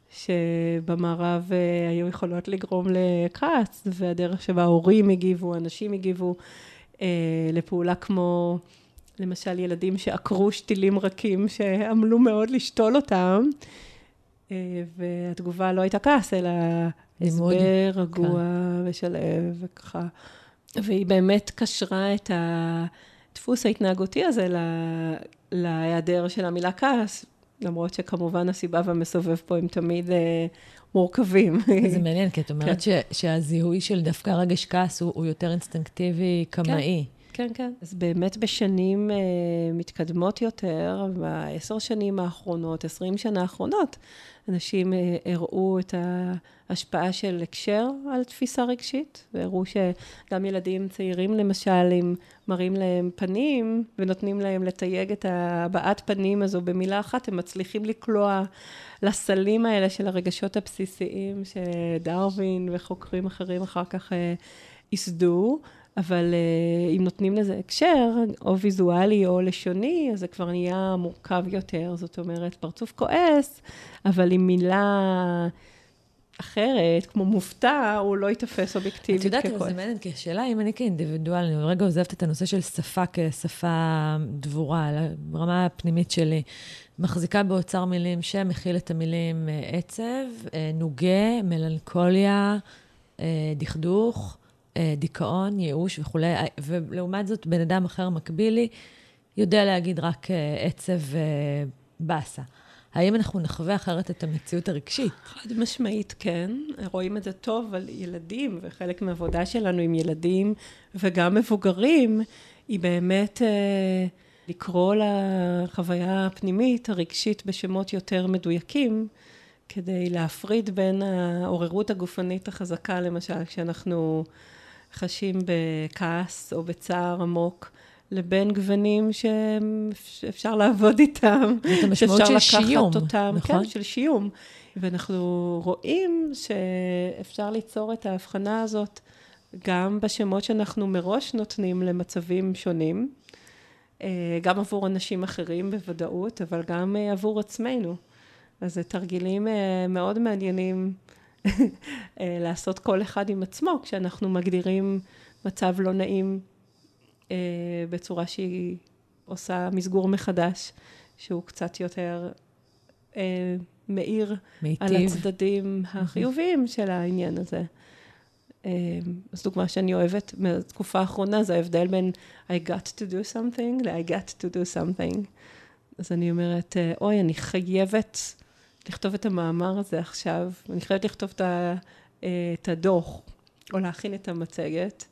Speaker 2: שבמערב אה, היו יכולות לגרום לכעס, והדרך שבה ההורים הגיבו, אנשים הגיבו, לפעולה כמו, למשל, ילדים שעקרו שתילים רכים, שעמלו מאוד לשתול אותם, והתגובה לא הייתה כעס, אלא הסבר, רגוע ושלב וככה. והיא באמת קשרה את הדפוס ההתנהגותי הזה להיעדר של המילה כעס, למרות שכמובן הסיבה והמסובב פה הם תמיד מורכבים.
Speaker 1: זה מעניין, כי את אומרת שהזיהוי של דווקא רגש כעס הוא יותר אינסטינקטיבי, קמאי.
Speaker 2: כן, כן. אז באמת בשנים מתקדמות יותר, בעשר שנים האחרונות, עשרים שנה האחרונות, אנשים הראו את ההשפעה של הקשר על תפיסה רגשית, והראו שגם ילדים צעירים, למשל, אם מראים להם פנים, ונותנים להם לתייג את הבעת פנים הזו במילה אחת, הם מצליחים לקלוע לסלים האלה של הרגשות הבסיסיים, שדרווין וחוקרים אחרים אחר כך יסדו, אבל אם נותנים לזה הקשר, או ויזואלי או לשוני, אז זה כבר נהיה מורכב יותר, זאת אומרת, פרצוף כועס, אבל עם מילה אחרת, כמו מופתע, הוא לא יתפס אובייקטיבית ככועס.
Speaker 1: את יודעת, זה מעניין, כי השאלה, אם אני כאינדיבידואל, אני רגע עוזבת את הנושא של שפה כשפה דבורה, ברמה הפנימית שלי, מחזיקה באוצר מילים שמכיל את המילים עצב, נוגה, מלנכוליה, דכדוך, דיכאון, ייאוש וכו'. ולעומת זאת, בן אדם אחר מקביל לי, יודע להגיד רק עצב ובאסה. האם אנחנו נחווה אחרת את המציאות הרגשית?
Speaker 2: חד משמעית, כן. רואים את זה טוב על ילדים, וחלק מהעבודה שלנו עם ילדים, וגם מבוגרים, היא באמת אה, לקרוא לחוויה הפנימית, הרגשית, בשמות יותר מדויקים, כדי להפריד בין העוררות הגופנית החזקה, למשל, כשאנחנו חשים בכעס או בצער עמוק, לבין גוונים שאפשר לעבוד איתם.
Speaker 1: זאת המשמעות של שיום,
Speaker 2: אותם, נכון? כן, של שיום. ואנחנו רואים שאפשר ליצור את ההבחנה הזאת גם בשמות שאנחנו מראש נותנים למצבים שונים, גם עבור אנשים אחרים בוודאות, אבל גם עבור עצמנו. אז זה תרגילים מאוד מעניינים לעשות כל אחד עם עצמו, כשאנחנו מגדירים מצב לא נעים בצורה שהיא עושה מסגור מחדש, שהוא קצת יותר מאיר על הצדדים החיוביים של העניין הזה. אז דוגמה שאני אוהבת מהתקופה האחרונה, זה ההבדל בין I got to do something ל-I got to do something. אז אני אומרת, אוי, אני חייבת לכתוב את המאמר הזה עכשיו, אני חייבת לכתוב את הדוח, או להכין את המצגת.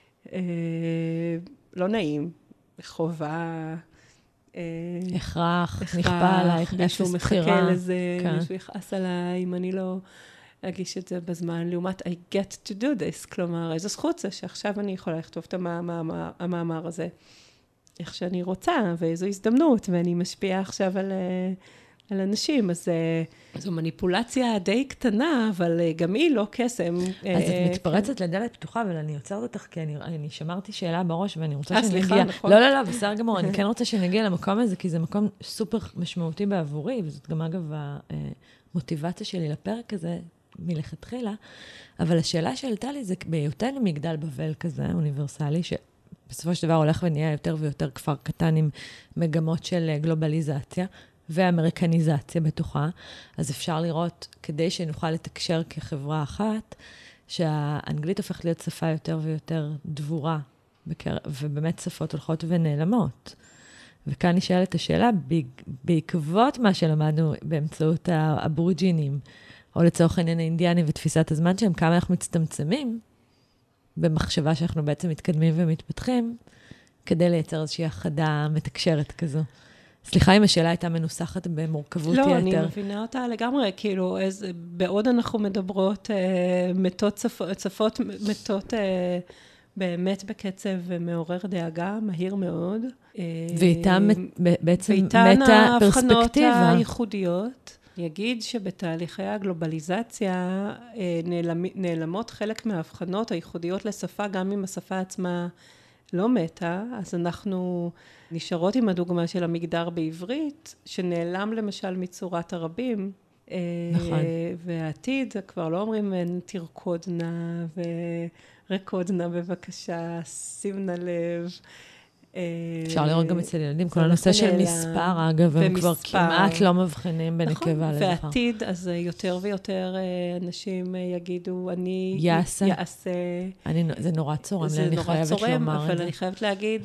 Speaker 2: לא נעים, חובה,
Speaker 1: הכרח, נכפה עלייך,
Speaker 2: מישהו מחכה לזה, מישהו יכעס עליי, אם אני לא אגיש את זה בזמן, לעומת I get to do this, כלומר, איזו זכות זה שעכשיו אני יכולה לכתוב את המאמר הזה, איך שאני רוצה, ואיזו הזדמנות, ואני משפיעה עכשיו על, על אנשים, אז זו מניפולציה די קטנה, אבל גם היא לא קסם.
Speaker 1: אז את מתפרצת לדלת פתוחה, אבל אני עוצרת אותך, כי אני, אני שמרתי שאלה בראש, ואני רוצה
Speaker 2: שנגיע...
Speaker 1: סליחה, נכון. לא, לא, לא, בסדר גמור, אני כן רוצה שנגיע למקום הזה, כי זה מקום סופר משמעותי בעבורי, וזאת גם אגב המוטיבציה שלי לפרק הזה, מלכתחילה, אבל השאלה שעלתה לי זה בהיותנו מגדל בבל כזה, אוניברסלי, שבסופו של דבר הולך ונהיה יותר ויותר כפר קטן עם מגמות של גלובליזציה, ואמריקניזציה בתוכה, אז אפשר לראות, כדי שנוכל לתקשר כחברה אחת, שהאנגלית הופכת להיות שפה יותר ויותר דבורה, בקר... ובאמת שפות הולכות ונעלמות. וכאן נשאלת השאלה, בעקבות מה שלמדנו באמצעות האבוריג'ינים, או לצורך העניין האינדיאנים ותפיסת הזמן שהם, כמה אנחנו מצטמצמים, במחשבה שאנחנו בעצם מתקדמים ומתפתחים, כדי לייצר איזושהי החדה מתקשרת כזו. סליחה אם השאלה הייתה מנוסחת במורכבות
Speaker 2: לא,
Speaker 1: יתר.
Speaker 2: לא, אני מבינה אותה לגמרי, כאילו, איזה, בעוד אנחנו מדברות, אה, מתות צפות, צפות מתות אה, באמת בקצב מעורר דאגה, מהיר מאוד. אה,
Speaker 1: ואיתן בעצם
Speaker 2: ואיתן
Speaker 1: מטה פרספקטיבה.
Speaker 2: ההבחנות הייחודיות. אני אגיד שבתהליכי הגלובליזציה אה, נעלמ, נעלמות חלק מההבחנות הייחודיות לשפה, גם אם השפה עצמה לא מתה, אז אנחנו נשארות עם הדוגמה של המגדר בעברית, שנעלם למשל מצורת הרבים.
Speaker 1: נכון.
Speaker 2: והעתיד, כבר לא אומרים תרקודנה ורקודנה בבקשה, שימנה לב.
Speaker 1: אפשר לראות גם אצל ילדים, כל הנושא של מספר, אגב, הם כבר כמעט לא מבחינים בין נקבה לזכר.
Speaker 2: ועתיד, אז יותר ויותר אנשים יגידו, אני
Speaker 1: יעשה.
Speaker 2: יעשה.
Speaker 1: זה נורא צורם, אני חייבת לומר.
Speaker 2: אבל אני חייבת להגיד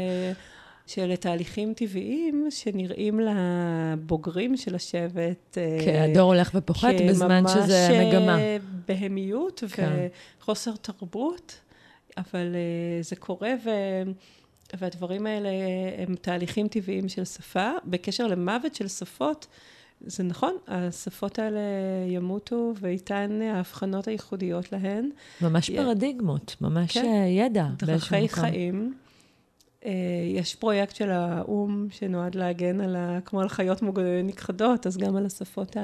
Speaker 2: שאלה תהליכים טבעיים שנראים לבוגרים של השבט.
Speaker 1: כן, הדור הולך ופוחת בזמן שזה מגמה.
Speaker 2: כממש בהמיות וחוסר תרבות, אבל זה קורה ו... והדברים האלה הם תהליכים טבעיים של שפה. בקשר למוות של שפות, זה נכון, השפות האלה ימותו, ואיתן ההבחנות הייחודיות להן.
Speaker 1: ממש פרדיגמות, ממש כן. ידע.
Speaker 2: דרכי חיים. יש פרויקט של האום שנועד להגן על ה... כמו על חיות נכחדות, אז גם על השפות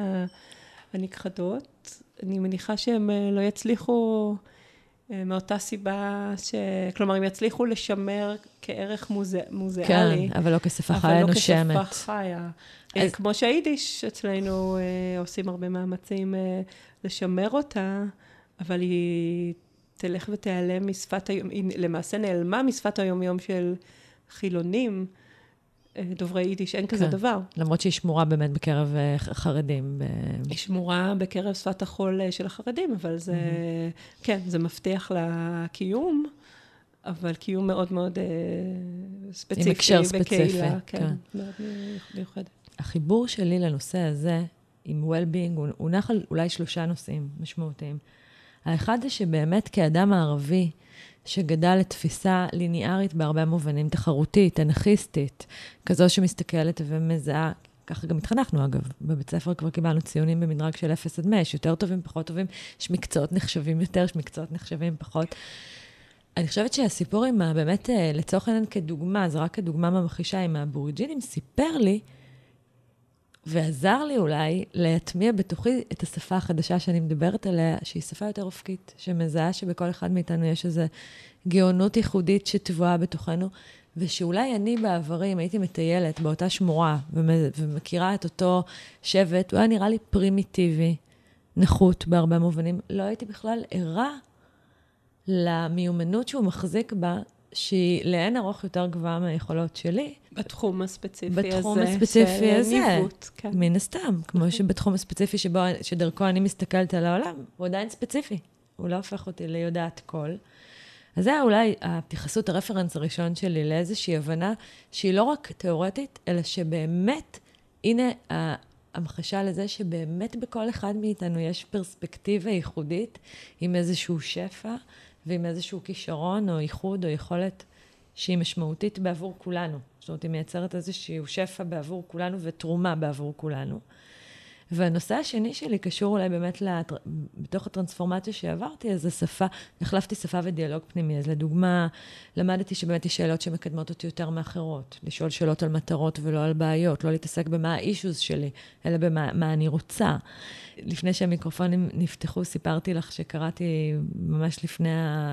Speaker 2: הנכחדות. אני מניחה שהם לא יצליחו... מאותה סיבה ש... כלומר, הם יצליחו לשמר כערך מוזה... מוזיאלי.
Speaker 1: כן, אבל לא כשפה חיה נושמת.
Speaker 2: אבל לא כשפה חיה. אז... כמו שהיידיש אצלנו עושים הרבה מאמצים לשמר אותה, אבל היא תלך ותיעלם משפת היום, היא למעשה נעלמה משפת היומיום של חילונים, דוברי יידיש, אין כזה דבר.
Speaker 1: למרות שהיא שמורה באמת בקרב חרדים.
Speaker 2: היא שמורה בקרב שפת החול של החרדים, אבל זה, כן, זה מבטיח לקיום, אבל קיום מאוד מאוד ספציפי.
Speaker 1: עם הקשר ספציפי.
Speaker 2: כן, מאוד מיוחד.
Speaker 1: החיבור שלי לנושא הזה, עם well-being, הוא נח על אולי שלושה נושאים משמעותיים. האחד זה שבאמת כאדם הערבי, שגדל לתפיסה ליניארית בהרבה מובנים, תחרותית, אנכיסטית, כזו שמסתכלת ומזהה, ככה גם התחנכנו אגב, בבית ספר כבר קיבלנו ציונים במדרג של אפס עד מאה, יש יותר טובים, פחות טובים, יש מקצועות נחשבים יותר, יש מקצועות נחשבים פחות. אני חושבת שהסיפור עם ה, באמת, לצורך העניין כדוגמה, זה רק כדוגמה ממחישה עם האבוריג'ינים, סיפר לי, ועזר לי אולי להטמיע בתוכי את השפה החדשה שאני מדברת עליה, שהיא שפה יותר אופקית, שמזהה שבכל אחד מאיתנו יש איזו גאונות ייחודית שטבועה בתוכנו, ושאולי אני בעברים הייתי מטיילת באותה שמורה, ומכירה את אותו שבט, הוא היה נראה לי פרימיטיבי, נחות בהרבה מובנים, לא הייתי בכלל ערה למיומנות שהוא מחזיק בה, שהיא לאין ארוך יותר גבוהה מהיכולות שלי.
Speaker 2: בתחום הספציפי הזה.
Speaker 1: בתחום הספציפי הזה. כן. מן הסתם. כמו שבתחום הספציפי שבו, שדרכו אני מסתכלת על העולם, הוא עדיין ספציפי. הוא לא הופך אותי ליודעת כל. אז זה אולי התייחסות, הרפרנס הראשון שלי לאיזושהי הבנה שהיא לא רק תיאורטית, אלא שבאמת, הנה המחשה לזה שבאמת בכל אחד מאיתנו יש פרספקטיבה ייחודית עם איזשהו שפע, ועם איזשהו כישרון או ייחוד או יכולת שהיא משמעותית בעבור כולנו. זאת אומרת, היא מייצרת איזשהו שפע בעבור כולנו ותרומה בעבור כולנו. והנושא השני שלי קשור אולי באמת לת... בתוך הטרנספורמציה שעברתי, אז השפה, החלפתי שפה ודיאלוג פנימי. אז לדוגמה, למדתי שבאמת יש שאלות שמקדמות אותי יותר מאחרות. לשאול שאלות על מטרות ולא על בעיות, לא להתעסק במה האישוז שלי, אלא במה מה אני רוצה. לפני שהמיקרופונים נפתחו, סיפרתי לך שקראתי ממש לפני ה...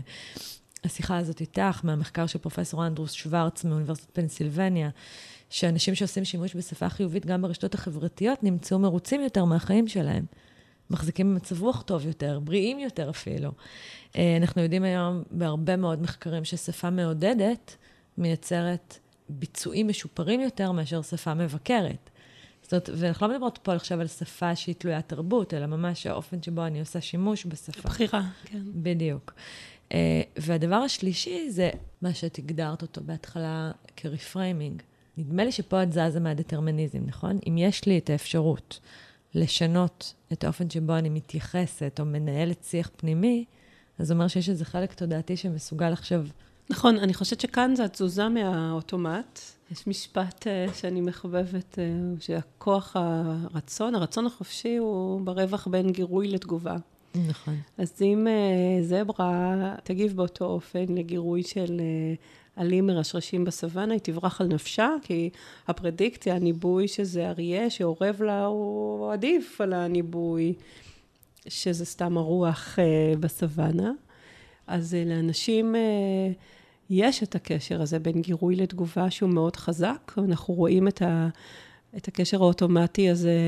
Speaker 1: השיחה הזאת איתך, מהמחקר של פרופסור אנדרוס שוורץ מאוניברסיטת פנסילבניה, שאנשים שעושים שימוש בשפה חיובית גם ברשתות החברתיות, נמצאו מרוצים יותר מהחיים שלהם. מחזיקים במצב רוח טוב יותר, בריאים יותר אפילו. אנחנו יודעים היום בהרבה מאוד מחקרים ששפה מעודדת מייצרת ביצועים משופרים יותר מאשר שפה מבקרת. זאת אומרת, ואנחנו לא מדברות פה עכשיו על שפה שהיא תלויה תרבות, אלא ממש האופן שבו אני עושה שימוש בשפה.
Speaker 2: בחירה, כן.
Speaker 1: בדיוק. Uh, והדבר השלישי זה מה שאת הגדרת אותו בהתחלה כרפריימינג. נדמה לי שפה את זזה מהדטרמיניזם, נכון? אם יש לי את האפשרות לשנות את האופן שבו אני מתייחסת או מנהלת שיח פנימי, אז זה אומר שיש איזה חלק תודעתי שמסוגל עכשיו...
Speaker 2: נכון, אני חושבת שכאן זה התזוזה מהאוטומט. יש משפט uh, שאני מחבבת, uh, שהכוח הרצון, הרצון החופשי הוא ברווח בין גירוי לתגובה.
Speaker 1: נכון.
Speaker 2: אז אם uh, זברה תגיב באותו אופן לגירוי של uh, עלים מרשרשים בסוואנה, היא תברח על נפשה, כי הפרדיקציה, הניבוי שזה אריה שעורב לה, הוא עדיף על הניבוי שזה סתם הרוח uh, בסוואנה. אז uh, לאנשים uh, יש את הקשר הזה בין גירוי לתגובה שהוא מאוד חזק. אנחנו רואים את, ה, את הקשר האוטומטי הזה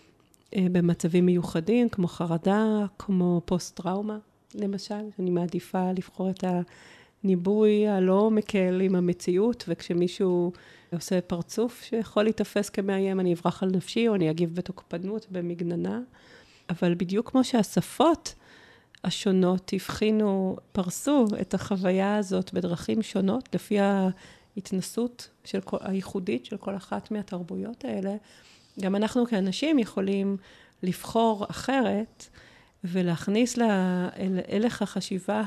Speaker 2: במצבים מיוחדים, כמו חרדה, כמו פוסט-טראומה, למשל. אני מעדיפה לבחור את הניבוי הלא מקל עם המציאות, וכשמישהו עושה פרצוף שיכול להתאפס כמאיים, אני אברח על נפשי, או אני אגיב בתוקפנות, במגננה. אבל בדיוק כמו שהשפות השונות הבחינו, פרסו את החוויה הזאת בדרכים שונות, לפי ההתנסות של כל, הייחודית של כל אחת מהתרבויות האלה, גם אנחנו כאנשים יכולים לבחור אחרת, ולהכניס להלך החשיבה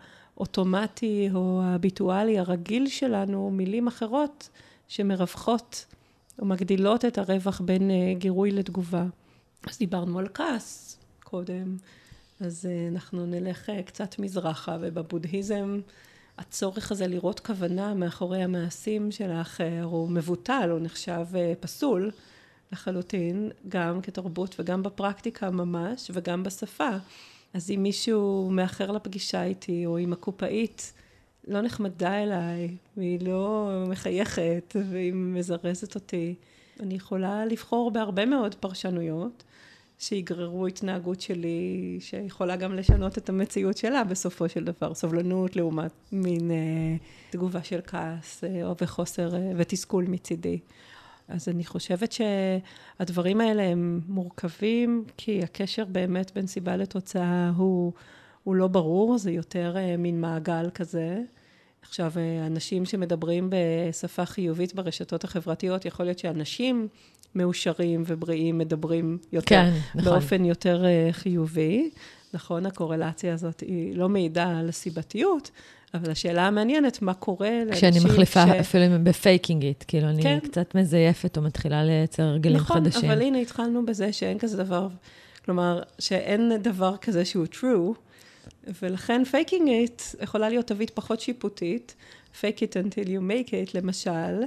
Speaker 2: האוטומטי או הביטואלי הרגיל שלנו, מילים אחרות שמרווחות או מגדילות את הרווח בין גירוי לתגובה. אז דיברנו על כעס קודם, אז אנחנו נלך קצת מזרחה, ובבודהיזם הצורך הזה לראות כוונה מאחורי המעשים של האחר, הוא מבוטל, הוא נחשב פסול, לחלוטין, גם כתרבות וגם בפרקטיקה ממש, וגם בשפה. אז אם מישהו מאחר לפגישה איתי, או עם הקופאית, לא נחמדה אליי, והיא לא מחייכת, והיא מזרזת אותי, אני יכולה לבחור בהרבה מאוד פרשנויות, שיגררו התנהגות שלי, שיכולה גם לשנות את המציאות שלה בסופו של דבר. סובלנות לעומת מין אה, תגובה של כעס, אה, או וחוסר, אה, ותסכול מצידי. אז אני חושבת שהדברים האלה הם מורכבים, כי הקשר באמת בין סיבה לתוצאה הוא, הוא לא ברור, זה יותר מין מעגל כזה. עכשיו, אנשים שמדברים בשפה חיובית ברשתות החברתיות, יכול להיות שאנשים מאושרים ובריאים מדברים יותר, כן, נכון. באופן יותר חיובי. נכון, הקורלציה הזאת היא לא מעידה על הסיבתיות, אבל השאלה המעניינת, מה קורה לאנשים ש...
Speaker 1: כשאני מחליפה ש... אפילו בפייקינג איט, כאילו אני כן. קצת מזייפת או מתחילה לייצר רגלים
Speaker 2: נכון,
Speaker 1: חדשים.
Speaker 2: נכון, אבל הנה התחלנו בזה שאין כזה דבר, כלומר, שאין דבר כזה שהוא true, ולכן פייקינג איט יכולה להיות תווית פחות שיפוטית, fake it until you make it, למשל,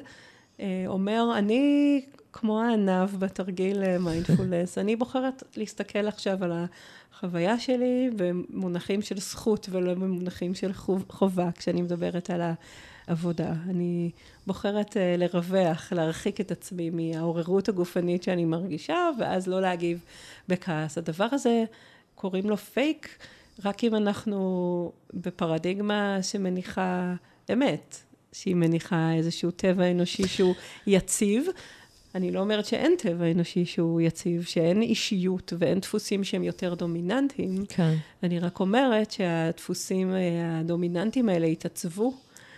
Speaker 2: אומר, אני כמו הענב בתרגיל מיינדפולנס, אני בוחרת להסתכל עכשיו על החוויה שלי במונחים של זכות ולא במונחים של חובה, כשאני מדברת על העבודה. אני בוחרת לרווח, להרחיק את עצמי מהעוררות הגופנית שאני מרגישה, ואז לא להגיב בכעס. הדבר הזה קוראים לו פייק, רק אם אנחנו בפרדיגמה שמניחה אמת, שהיא מניחה איזשהו טבע אנושי שהוא יציב. אני לא אומרת שאין טבע אנושי שהוא יציב, שאין אישיות ואין דפוסים שהם יותר דומיננטיים.
Speaker 1: כן.
Speaker 2: אני רק אומרת שהדפוסים הדומיננטיים האלה התעצבו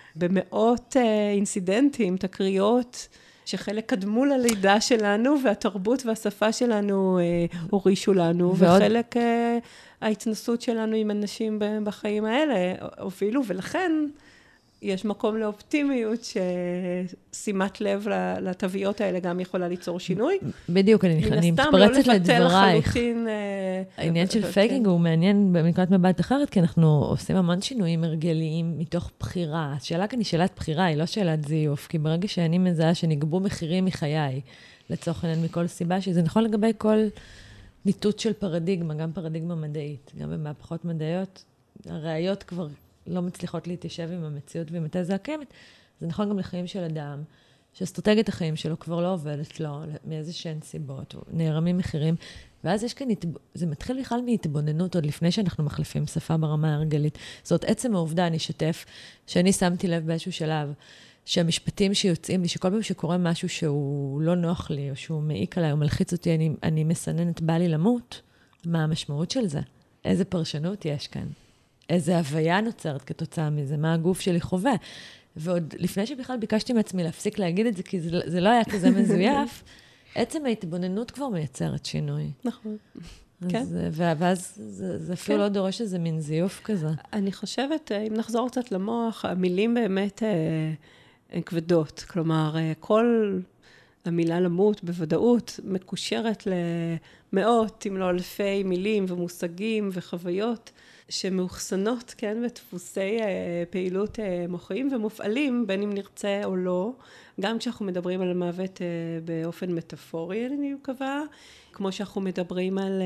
Speaker 2: במאות אינסידנטים, תקריות, שחלק קדמו ללידה שלנו, והתרבות והשפה שלנו הורישו לנו, ועוד... וחלק ההתנסות שלנו עם אנשים בחיים האלה הובילו, ולכן יש מקום לאופטימיות ששימת לב לתוויות האלה גם יכולה ליצור שינוי.
Speaker 1: בדיוק, אני מתפרצת לדברייך. העניין של פייקינג הוא מעניין במקומת מבט אחרת, כי אנחנו עושים המון שינויים הרגליים מתוך בחירה. השאלה כאן היא שאלת בחירה, היא לא שאלת זיוף, כי ברגע שאני מזהה שנגבו מחירים מחיי, לצורך העניין מכל סיבה, שזה נכון לגבי כל ניתות של פרדיגמה, גם פרדיגמה מדעית, גם במהפכות מדעיות, הראיות כבר לא מצליחות להתיישב עם המציאות ועם התזה הקיימת. זה נכון גם לחיים של אדם, שאסטרטגיית החיים שלו כבר לא עובדת לו, מאיזה שהן סיבות, או נערמים מחירים, ואז יש כאן, זה מתחיל בכלל מהתבוננות, עוד לפני שאנחנו מחליפים שפה ברמה הרגלית. זאת עצם העובדה, אני אשתף, שאני שמתי לב באיזשהו שלב, שהמשפטים שיוצאים לי, שכל פעם שקורה משהו שהוא לא נוח לי, או שהוא מעיק עליי, או מלחיץ אותי, אני, אני מסננת, בא לי למות, מה המשמעות של זה? איזה פרשנות יש כאן? איזה הוויה נוצרת כתוצאה מזה, מה הגוף שלי חווה. ועוד לפני שבכלל ביקשתי מעצמי להפסיק להגיד את זה, כי זה, זה לא היה כזה מזויף, עצם ההתבוננות כבר מייצרת שינוי.
Speaker 2: נכון.
Speaker 1: אז,
Speaker 2: כן.
Speaker 1: ואז זה, זה אפילו
Speaker 2: כן.
Speaker 1: לא דורש איזה מין זיוף כזה.
Speaker 2: אני חושבת, אם נחזור קצת למוח, המילים באמת הן כבדות. כלומר, כל המילה למות בוודאות מקושרת למאות, אם לא אלפי מילים ומושגים וחוויות, שמאוחסנות, כן, בדפוסי פעילות מוחיים ומופעלים, בין אם נרצה או לא, גם כשאנחנו מדברים על מוות באופן מטאפורי, אני מקווה, כמו שאנחנו מדברים על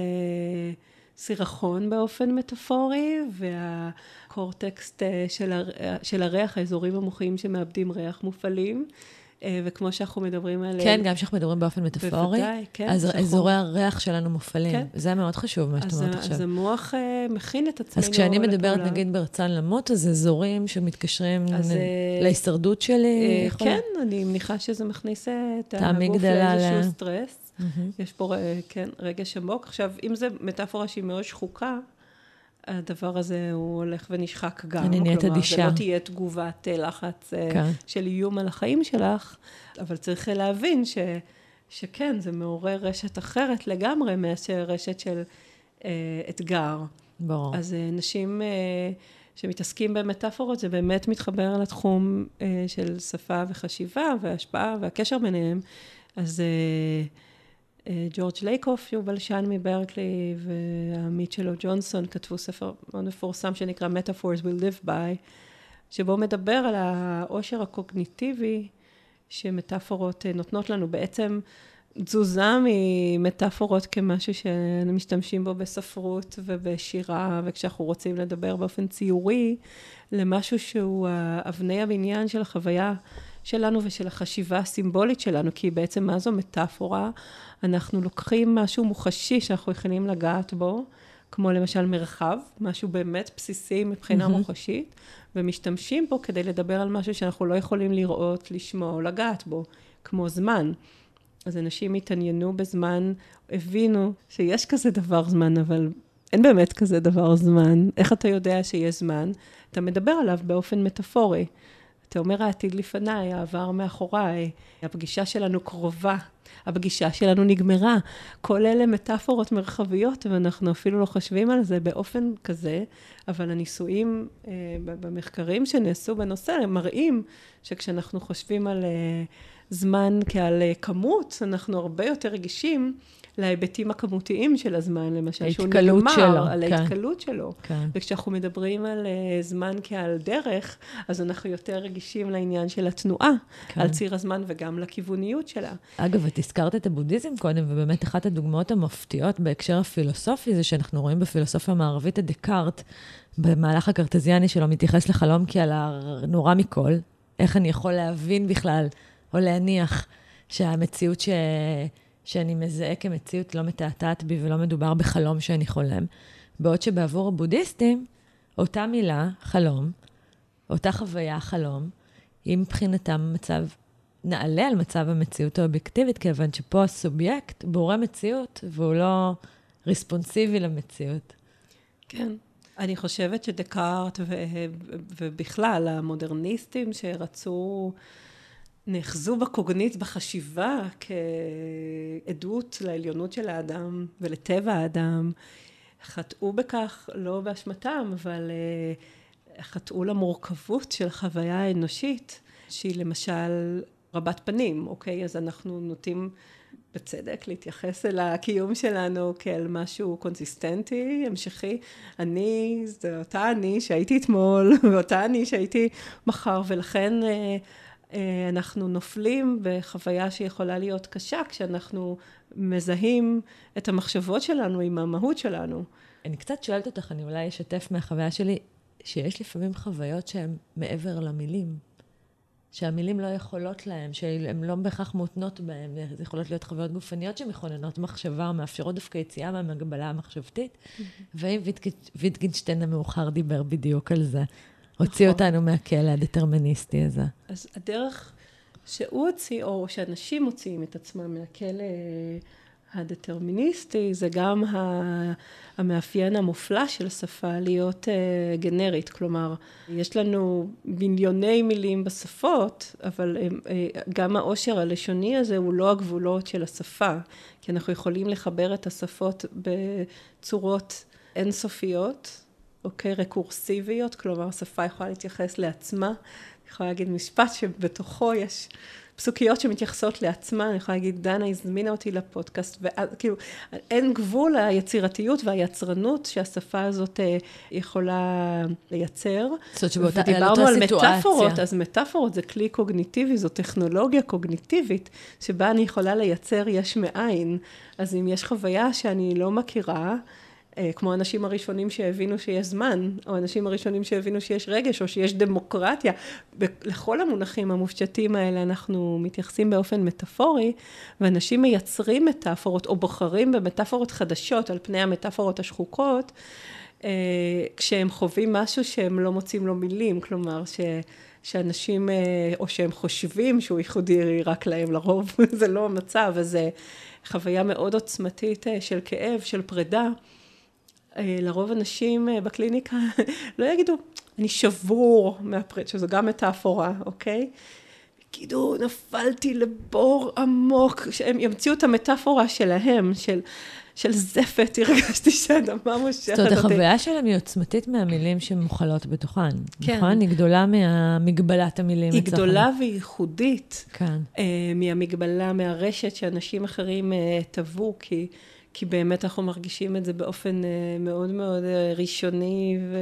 Speaker 2: סירחון באופן מטאפורי, והקורטקסט של, הר... של הריח, האזורים המוחיים שמאבדים ריח מופעלים, וכמו שאנחנו מדברים על...
Speaker 1: כן, גם שאנחנו מדברים באופן מטאפורי.
Speaker 2: בוודאי, כן.
Speaker 1: אז שאנחנו... אזורי הריח שלנו מופעלים. כן. זה מאוד חשוב, מה
Speaker 2: שאת
Speaker 1: אומרת עכשיו.
Speaker 2: אז המוח מכין את עצמנו.
Speaker 1: אז כשאני מדברת, נגיד, ברצון למות, אז אזורים שמתקשרים אז, להישרדות שלי.
Speaker 2: כן, אני מניחה שזה מכניס את הגוף לאיזשהו סטרס. יש פה, כן, רגש עמוק. עכשיו, אם זה מטאפורה שהיא מאוד שחוקה, הדבר הזה הוא הולך ונשחק גם.
Speaker 1: אני נהיית אדישה.
Speaker 2: זה לא תהיה תגובת לחץ כן. של איום על החיים שלך, אבל צריך להבין ש, שכן, זה מעורר רשת אחרת לגמרי, מאשר רשת של אה, אתגר.
Speaker 1: ברור.
Speaker 2: אז אה, נשים אה, שמתעסקים במטאפורות, זה באמת מתחבר לתחום אה, של שפה וחשיבה, והשפעה והקשר ביניהם. אז... אה, ג'ורג' לייקוף, שהוא בלשן מברקלי, והעמית שלו ג'ונסון, כתבו ספר מאוד מפורסם שנקרא Metaphors We Live By, שבו מדבר על העושר הקוגניטיבי שמטאפורות נותנות לנו. בעצם תזוזה ממטאפורות כמשהו שמשתמשים בו בספרות ובשירה, וכשאנחנו רוצים לדבר באופן ציורי, למשהו שהוא אבני הבניין של החוויה שלנו ושל החשיבה הסימבולית שלנו, כי בעצם מה זו מטאפורה? אנחנו לוקחים משהו מוחשי שאנחנו יכולים לגעת בו, כמו למשל מרחב, משהו באמת בסיסי מבחינה mm-hmm. מוחשית, ומשתמשים בו כדי לדבר על משהו שאנחנו לא יכולים לראות, לשמוע או לגעת בו, כמו זמן. אז אנשים התעניינו בזמן, הבינו שיש כזה דבר זמן, אבל אין באמת כזה דבר זמן. איך אתה יודע שיש זמן? אתה מדבר עליו באופן מטאפורי. אתה אומר, העתיד לפניי, העבר מאחוריי, הפגישה שלנו קרובה, הפגישה שלנו נגמרה. כל אלה מטאפורות מרחביות, ואנחנו אפילו לא חושבים על זה באופן כזה, אבל הניסויים אה, במחקרים שנעשו בנושא, הם מראים שכשאנחנו חושבים על אה, זמן כעל אה, כמות, אנחנו הרבה יותר רגישים להיבטים הכמותיים של הזמן, למשל, שהוא נגמר, שלו, על כן. ההתקלות שלו.
Speaker 1: כן.
Speaker 2: וכשאנחנו מדברים על uh, זמן כעל דרך, אז אנחנו יותר רגישים לעניין של התנועה, כן. על ציר הזמן וגם לכיווניות שלה.
Speaker 1: אגב, את הזכרת את הבודהיזם קודם, ובאמת אחת הדוגמאות המפתיעות בהקשר הפילוסופי, זה שאנחנו רואים בפילוסופיה המערבית את דקארט, במהלך הקרטזיאני שלו, מתייחס לחלום כעל הנורא מכל, איך אני יכול להבין בכלל, או להניח שהמציאות ש... שאני מזהה כמציאות לא מתעתעת בי ולא מדובר בחלום שאני חולם. בעוד שבעבור הבודהיסטים, אותה מילה, חלום, אותה חוויה, חלום, היא מבחינתם מצב, נעלה על מצב המציאות האובייקטיבית, כיוון שפה הסובייקט בורא מציאות, והוא לא ריספונסיבי למציאות.
Speaker 2: כן. אני חושבת שדקארט ו- ובכלל המודרניסטים שרצו... נאחזו בקוגנית, בחשיבה, כעדות לעליונות של האדם ולטבע האדם, חטאו בכך לא באשמתם, אבל uh, חטאו למורכבות של חוויה האנושית, שהיא למשל רבת פנים, אוקיי? אז אנחנו נוטים בצדק להתייחס אל הקיום שלנו כאל משהו קונסיסטנטי, המשכי. אני, זה אותה אני שהייתי אתמול, ואותה אני שהייתי מחר, ולכן אנחנו נופלים בחוויה שיכולה להיות קשה, כשאנחנו מזהים את המחשבות שלנו עם המהות שלנו.
Speaker 1: אני קצת שואלת אותך, אני אולי אשתף מהחוויה שלי, שיש לפעמים חוויות שהן מעבר למילים, שהמילים לא יכולות להם, שהן לא בהכרח מותנות בהם, זה יכולות להיות חוויות גופניות שמכוננות מחשבה, או מאפשרות דווקא יציאה מהמגבלה המחשבתית, ואם ויטגנשטיין המאוחר דיבר בדיוק על זה, הוציא אותנו מהכלא הדטרמיניסטי הזה.
Speaker 2: אז הדרך שהוא הוציא, או שאנשים מוציאים את עצמם מהכלא הדטרמיניסטי, זה גם המאפיין המופלא של שפה להיות גנרית. כלומר, יש לנו מיליוני מילים בשפות, אבל גם העושר הלשוני הזה הוא לא הגבולות של השפה, כי אנחנו יכולים לחבר את השפות בצורות אינסופיות, אוקיי, רקורסיביות, כלומר, השפה יכולה להתייחס לעצמה. אני יכולה להגיד משפט שבתוכו יש פסוקיות שמתייחסות לעצמה. אני יכולה להגיד, דנה הזמינה אותי לפודקאסט, וכאילו, אין גבול ליצירתיות והיצרנות שהשפה הזאת יכולה לייצר. ודיברנו על מטאפורות, אז מטאפורות זה כלי קוגניטיבי, זו טכנולוגיה קוגניטיבית, שבה אני יכולה לייצר יש מאין. אז אם יש חוויה שאני לא מכירה, כמו האנשים הראשונים שהבינו שיש זמן, או האנשים הראשונים שהבינו שיש רגש, או שיש דמוקרטיה. לכל המונחים המופשטים האלה אנחנו מתייחסים באופן מטאפורי, ואנשים מייצרים מטאפורות, או בוחרים במטאפורות חדשות על פני המטאפורות השחוקות, כשהם חווים משהו שהם לא מוצאים לו מילים, כלומר ש... שאנשים, או שהם חושבים שהוא ייחודי רק להם לרוב, זה לא המצב, אז זה חוויה מאוד עוצמתית של כאב, של פרידה. לרוב אנשים בקליניקה לא יגידו, אני שבור מהפרידה, שזו גם מטאפורה, אוקיי? יגידו, נפלתי לבור עמוק, שהם ימציאו את המטאפורה שלהם, של, של זפת, הרגשתי שהאדמה מושכת אותי.
Speaker 1: זאת אומרת, החוויה שלהם היא עוצמתית מהמילים שמוכלות בתוכן. כן. נכון? היא גדולה מהמגבלת המילים.
Speaker 2: היא גדולה והיא ייחודית.
Speaker 1: כן.
Speaker 2: מהמגבלה, מהרשת שאנשים אחרים טבעו, כי... כי באמת אנחנו מרגישים את זה באופן מאוד מאוד ראשוני ו...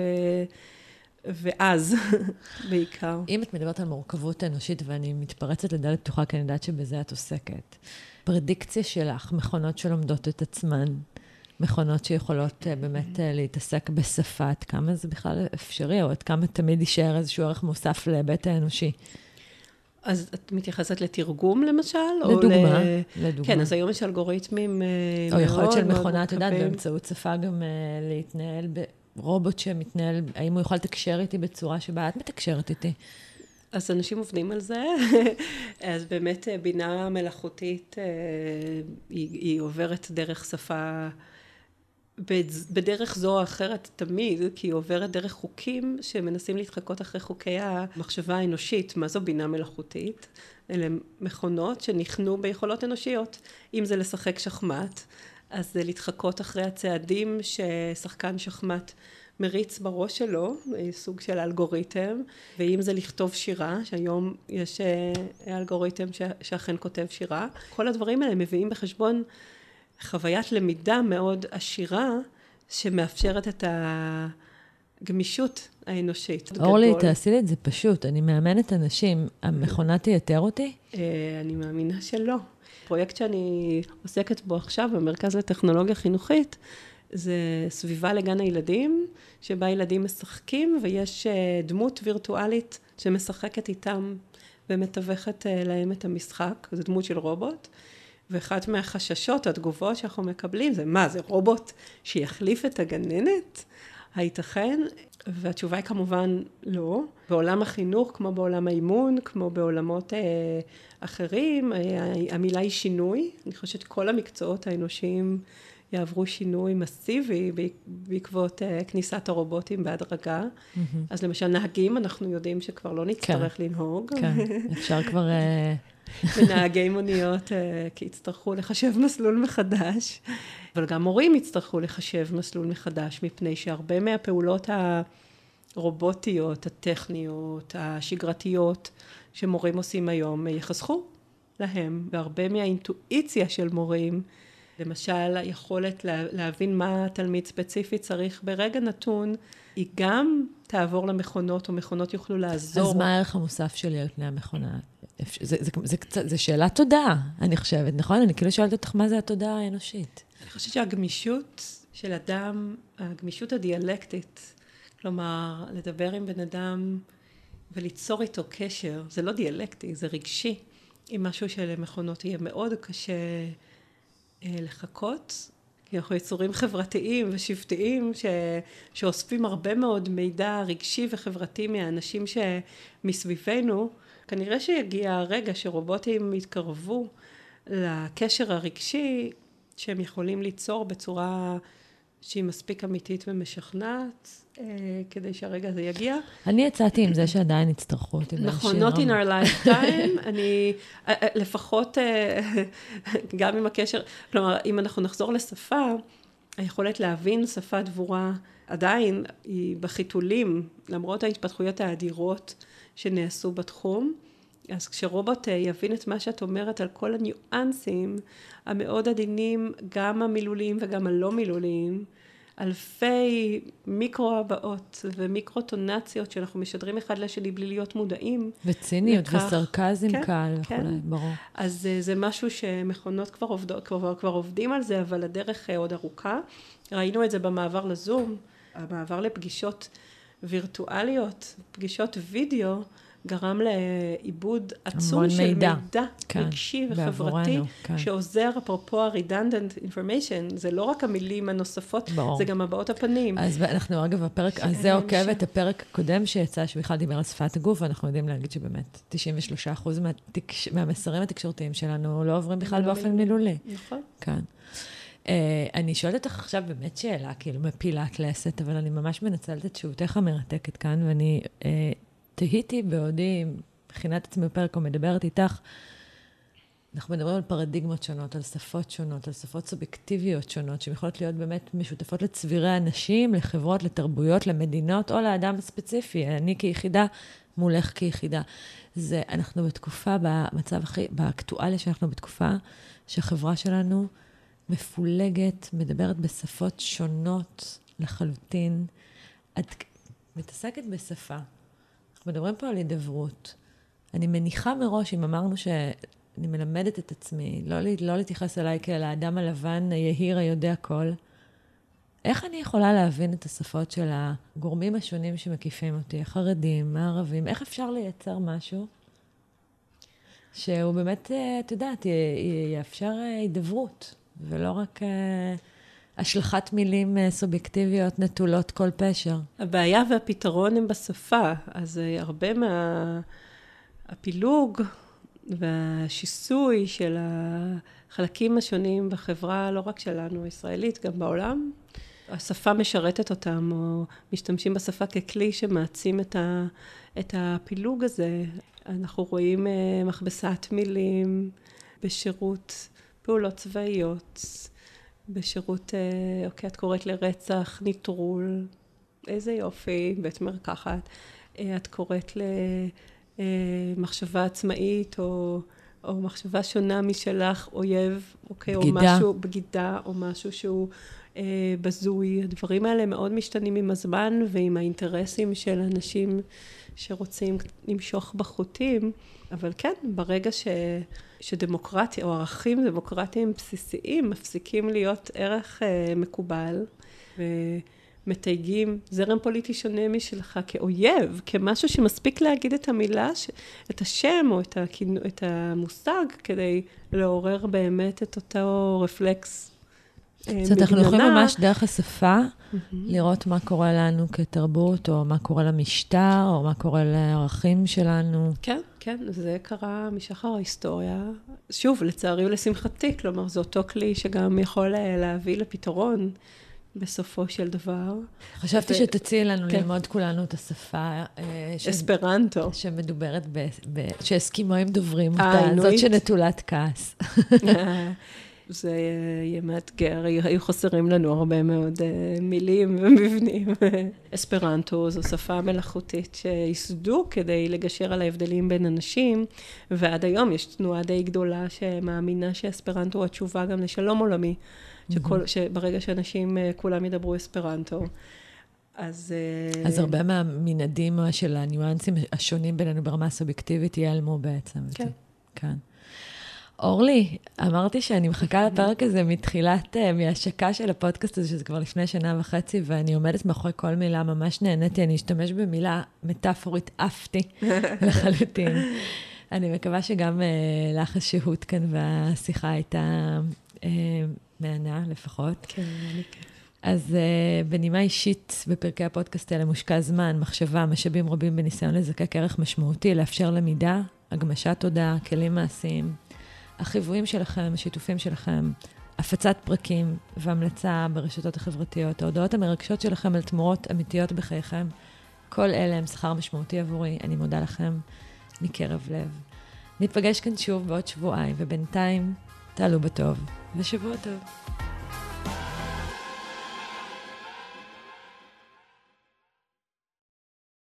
Speaker 2: ואז בעיקר.
Speaker 1: אם את מדברת על מורכבות אנושית, ואני מתפרצת לדלת פתוחה, כי אני יודעת שבזה את עוסקת. פרדיקציה שלך, מכונות שלומדות את עצמן, מכונות שיכולות באמת להתעסק בשפה, עד כמה זה בכלל אפשרי, או עד כמה תמיד יישאר איזשהו ערך מוסף לבית האנושי.
Speaker 2: אז את מתייחסת לתרגום למשל?
Speaker 1: לדוגמה, או ל... לדוגמה.
Speaker 2: כן, אז היום יש אלגוריתמים
Speaker 1: או מאוד יכולת של מכונה, את יודעת, באמצעות שפה גם להתנהל ברובוט שמתנהל, האם הוא יכול לתקשר איתי בצורה שבה את מתקשרת איתי?
Speaker 2: אז אנשים עובדים על זה, אז באמת בינה מלאכותית, היא, היא עוברת דרך שפה, בדרך זו או אחרת תמיד, כי היא עוברת דרך חוקים שמנסים להתחקות אחרי חוקי המחשבה האנושית. מה זו בינה מלאכותית? אלה מכונות שנכנו ביכולות אנושיות. אם זה לשחק שחמט, אז זה להתחקות אחרי הצעדים ששחקן שחמט מריץ בראש שלו, סוג של אלגוריתם, ואם זה לכתוב שירה, שהיום יש אלגוריתם שאכן כותב שירה, כל הדברים האלה מביאים בחשבון חוויית למידה מאוד עשירה, שמאפשרת את הגמישות האנושית.
Speaker 1: אורלי, תעשי לי את זה פשוט. אני מאמנת אנשים. המכונה תייתר אותי?
Speaker 2: אני מאמינה שלא. פרויקט שאני עוסקת בו עכשיו, במרכז לטכנולוגיה חינוכית, זה סביבה לגן הילדים, שבה ילדים משחקים, ויש דמות וירטואלית שמשחקת איתם, ומתווכת להם את המשחק. זו דמות של רובוט. ואחת מהחששות, התגובות שאנחנו מקבלים, זה מה, זה רובוט שיחליף את הגננת? הייתכן? והתשובה היא כמובן לא. בעולם החינוך, כמו בעולם האימון, כמו בעולמות אה, אחרים, אה, המילה היא שינוי. אני חושבת שכל המקצועות האנושיים יעברו שינוי מסיבי בעקבות אה, כניסת הרובוטים בהדרגה. Mm-hmm. אז למשל נהגים, אנחנו יודעים שכבר לא נצטרך כן. לנהוג.
Speaker 1: כן, אפשר כבר... אה...
Speaker 2: ונהגי מוניות, כי יצטרכו לחשב מסלול מחדש, אבל גם מורים יצטרכו לחשב מסלול מחדש, מפני שהרבה מהפעולות הרובוטיות, הטכניות, השגרתיות, שמורים עושים היום, יחסכו להם. והרבה מהאינטואיציה של מורים, למשל, היכולת להבין מה תלמיד ספציפי צריך ברגע נתון, היא גם תעבור למכונות, או מכונות יוכלו לעזור.
Speaker 1: אז מה הערך המוסף שלי על פני המכונה? זה, זה, זה, זה, זה שאלה תודעה, אני חושבת, נכון? אני כאילו שואלת אותך מה זה התודעה האנושית.
Speaker 2: אני חושבת שהגמישות של אדם, הגמישות הדיאלקטית, כלומר, לדבר עם בן אדם וליצור איתו קשר, זה לא דיאלקטי, זה רגשי. עם משהו שלמכונות יהיה מאוד קשה אה, לחכות, כי אנחנו יצורים חברתיים ושבטיים ש... שאוספים הרבה מאוד מידע רגשי וחברתי מהאנשים שמסביבנו. כנראה שיגיע הרגע שרובוטים יתקרבו לקשר הרגשי שהם יכולים ליצור בצורה שהיא מספיק אמיתית ומשכנעת, אה, כדי שהרגע הזה יגיע.
Speaker 1: אני יצאתי עם זה שעדיין הצטרכו אותי.
Speaker 2: נכון, not in our lifetime. אני, לפחות, גם עם הקשר, כלומר, אם אנחנו נחזור לשפה, היכולת להבין שפה דבורה עדיין היא בחיתולים, למרות ההתפתחויות האדירות שנעשו בתחום. אז כשרובוט יבין את מה שאת אומרת על כל הניואנסים המאוד עדינים, גם המילוליים וגם הלא מילוליים, אלפי מיקרו הבאות ומיקרו-טונציות שאנחנו משדרים אחד לשני בלי להיות מודעים.
Speaker 1: וציניות לכך, וסרקזם
Speaker 2: כן,
Speaker 1: קל
Speaker 2: כן.
Speaker 1: וכולי, ברור.
Speaker 2: אז זה משהו שמכונות כבר, עובדות, כבר, כבר עובדים על זה, אבל הדרך עוד ארוכה. ראינו את זה במעבר לזום, המעבר לפגישות וירטואליות, פגישות וידאו, גרם לעיבוד עצום של מידע, מידע כן, רגשי וחברתי, כן. שעוזר, אפרופו ה-redundant information, זה לא רק המילים הנוספות, ברור. זה גם הבעות הפנים.
Speaker 1: אז אנחנו, אגב, הפרק הזה עוקב את הפרק הקודם שיצא, שבכלל דיבר על שפת הגוף, ואנחנו יודעים להגיד שבאמת תשעים ושלושה אחוז מהתקש... מהמסרים התקשורתיים שלנו לא עוברים בכלל באופן מילולי.
Speaker 2: נכון.
Speaker 1: כן. Uh, אני שואלת אותך עכשיו באמת שאלה, כאילו מפילת לסת, אבל אני ממש מנצלת את שהותך המרתקת כאן, ואני... Uh, תהיתי בעודי, מבחינת עצמי בפרק, או מדברת איתך, אנחנו מדברים על פרדיגמות שונות, על שפות שונות, על שפות סובייקטיביות שונות, שיכולות להיות באמת משותפות לצבירי אנשים, לחברות, לתרבויות, למדינות, או לאדם ספציפי, אני כיחידה, מולך כיחידה. זה, אנחנו בתקופה, במצב הכי, באקטואליה שאנחנו בתקופה, שהחברה שלנו מפולגת, מדברת בשפות שונות לחלוטין. את מתעסקת בשפה. אנחנו מדברים פה על הידברות. אני מניחה מראש, אם אמרנו שאני מלמדת את עצמי, לא, לא להתייחס אליי כאל האדם הלבן, היהיר, היודע כל, איך אני יכולה להבין את השפות של הגורמים השונים שמקיפים אותי, החרדים, הערבים, איך אפשר לייצר משהו שהוא באמת, את יודעת, יאפשר הידברות, ולא רק השלכת מילים סובייקטיביות נטולות כל פשר.
Speaker 2: הבעיה והפתרון הם בשפה, אז הרבה מהפילוג והשיסוי של החלקים השונים בחברה, לא רק שלנו, הישראלית, גם בעולם, השפה משרתת אותם, או משתמשים בשפה ככלי שמעצים את, ה, את הפילוג הזה. אנחנו רואים מכבסת מילים בשירות פעולות צבאיות, בשירות, אוקיי, את קוראת לרצח, ניטרול, איזה יופי, בית מרקחת. את קוראת למחשבה עצמאית, או, או מחשבה שונה משלך, אויב, אוקיי,
Speaker 1: בגידה.
Speaker 2: או משהו, בגידה, או משהו שהוא אה, בזוי. הדברים האלה מאוד משתנים עם הזמן, ועם האינטרסים של אנשים שרוצים למשוך בחוטים. אבל כן, ברגע ש... שדמוקרטיה, או ערכים דמוקרטיים בסיסיים, מפסיקים להיות ערך אה, מקובל, ומתייגים זרם פוליטי שונה משלך כאויב, כמשהו שמספיק להגיד את המילה, ש... את השם, או את, הכינו... את המושג, כדי לעורר באמת את אותו רפלקס אה, מגננה.
Speaker 1: זאת אומרת, אנחנו יכולים ממש דרך השפה, mm-hmm. לראות מה קורה לנו כתרבות, או מה קורה למשטר, או מה קורה לערכים שלנו.
Speaker 2: כן. כן, זה קרה משחר ההיסטוריה. שוב, לצערי ולשמחתי, כלומר, זה אותו כלי שגם יכול להביא לפתרון בסופו של דבר.
Speaker 1: חשבתי ו... שתציעי לנו כן. ללמוד כולנו את השפה.
Speaker 2: ש... אספרנטו.
Speaker 1: שמדוברת, ב... ב... שאסקימואים דוברים אותה, זאת שנטולת כעס.
Speaker 2: זה יהיה מאתגר, היו חסרים לנו הרבה מאוד מילים ומבנים. אספרנטו זו שפה מלאכותית שיסדו כדי לגשר על ההבדלים בין אנשים, ועד היום יש תנועה די גדולה שמאמינה שאספרנטו הוא התשובה גם לשלום עולמי, שכל, שברגע שאנשים כולם ידברו אספרנטו. אז...
Speaker 1: אז הרבה מהמנעדים של הניואנסים השונים בינינו ברמה סובייקטיבית ייעלמו בעצם.
Speaker 2: כן.
Speaker 1: כן. אורלי, אמרתי שאני מחכה לפרק הזה מתחילת, מהשקה של הפודקאסט הזה, שזה כבר לפני שנה וחצי, ואני עומדת מאחורי כל מילה, ממש נהניתי, אני אשתמש במילה מטאפורית, עפתי לחלוטין. אני מקווה שגם uh, לך השהות כאן, והשיחה הייתה uh, מענה לפחות.
Speaker 2: כן, אני כיף.
Speaker 1: אז uh, בנימה אישית, בפרקי הפודקאסט האלה מושקע זמן, מחשבה, משאבים רבים בניסיון לזקק ערך משמעותי, לאפשר למידה, הגמשת תודעה, כלים מעשיים, החיוויים שלכם, השיתופים שלכם, הפצת פרקים והמלצה ברשתות החברתיות, ההודעות המרגשות שלכם על תמורות אמיתיות בחייכם, כל אלה הם שכר משמעותי עבורי, אני מודה לכם מקרב לב. נתפגש כאן שוב בעוד שבועיים, ובינתיים תעלו בטוב, ושבוע טוב.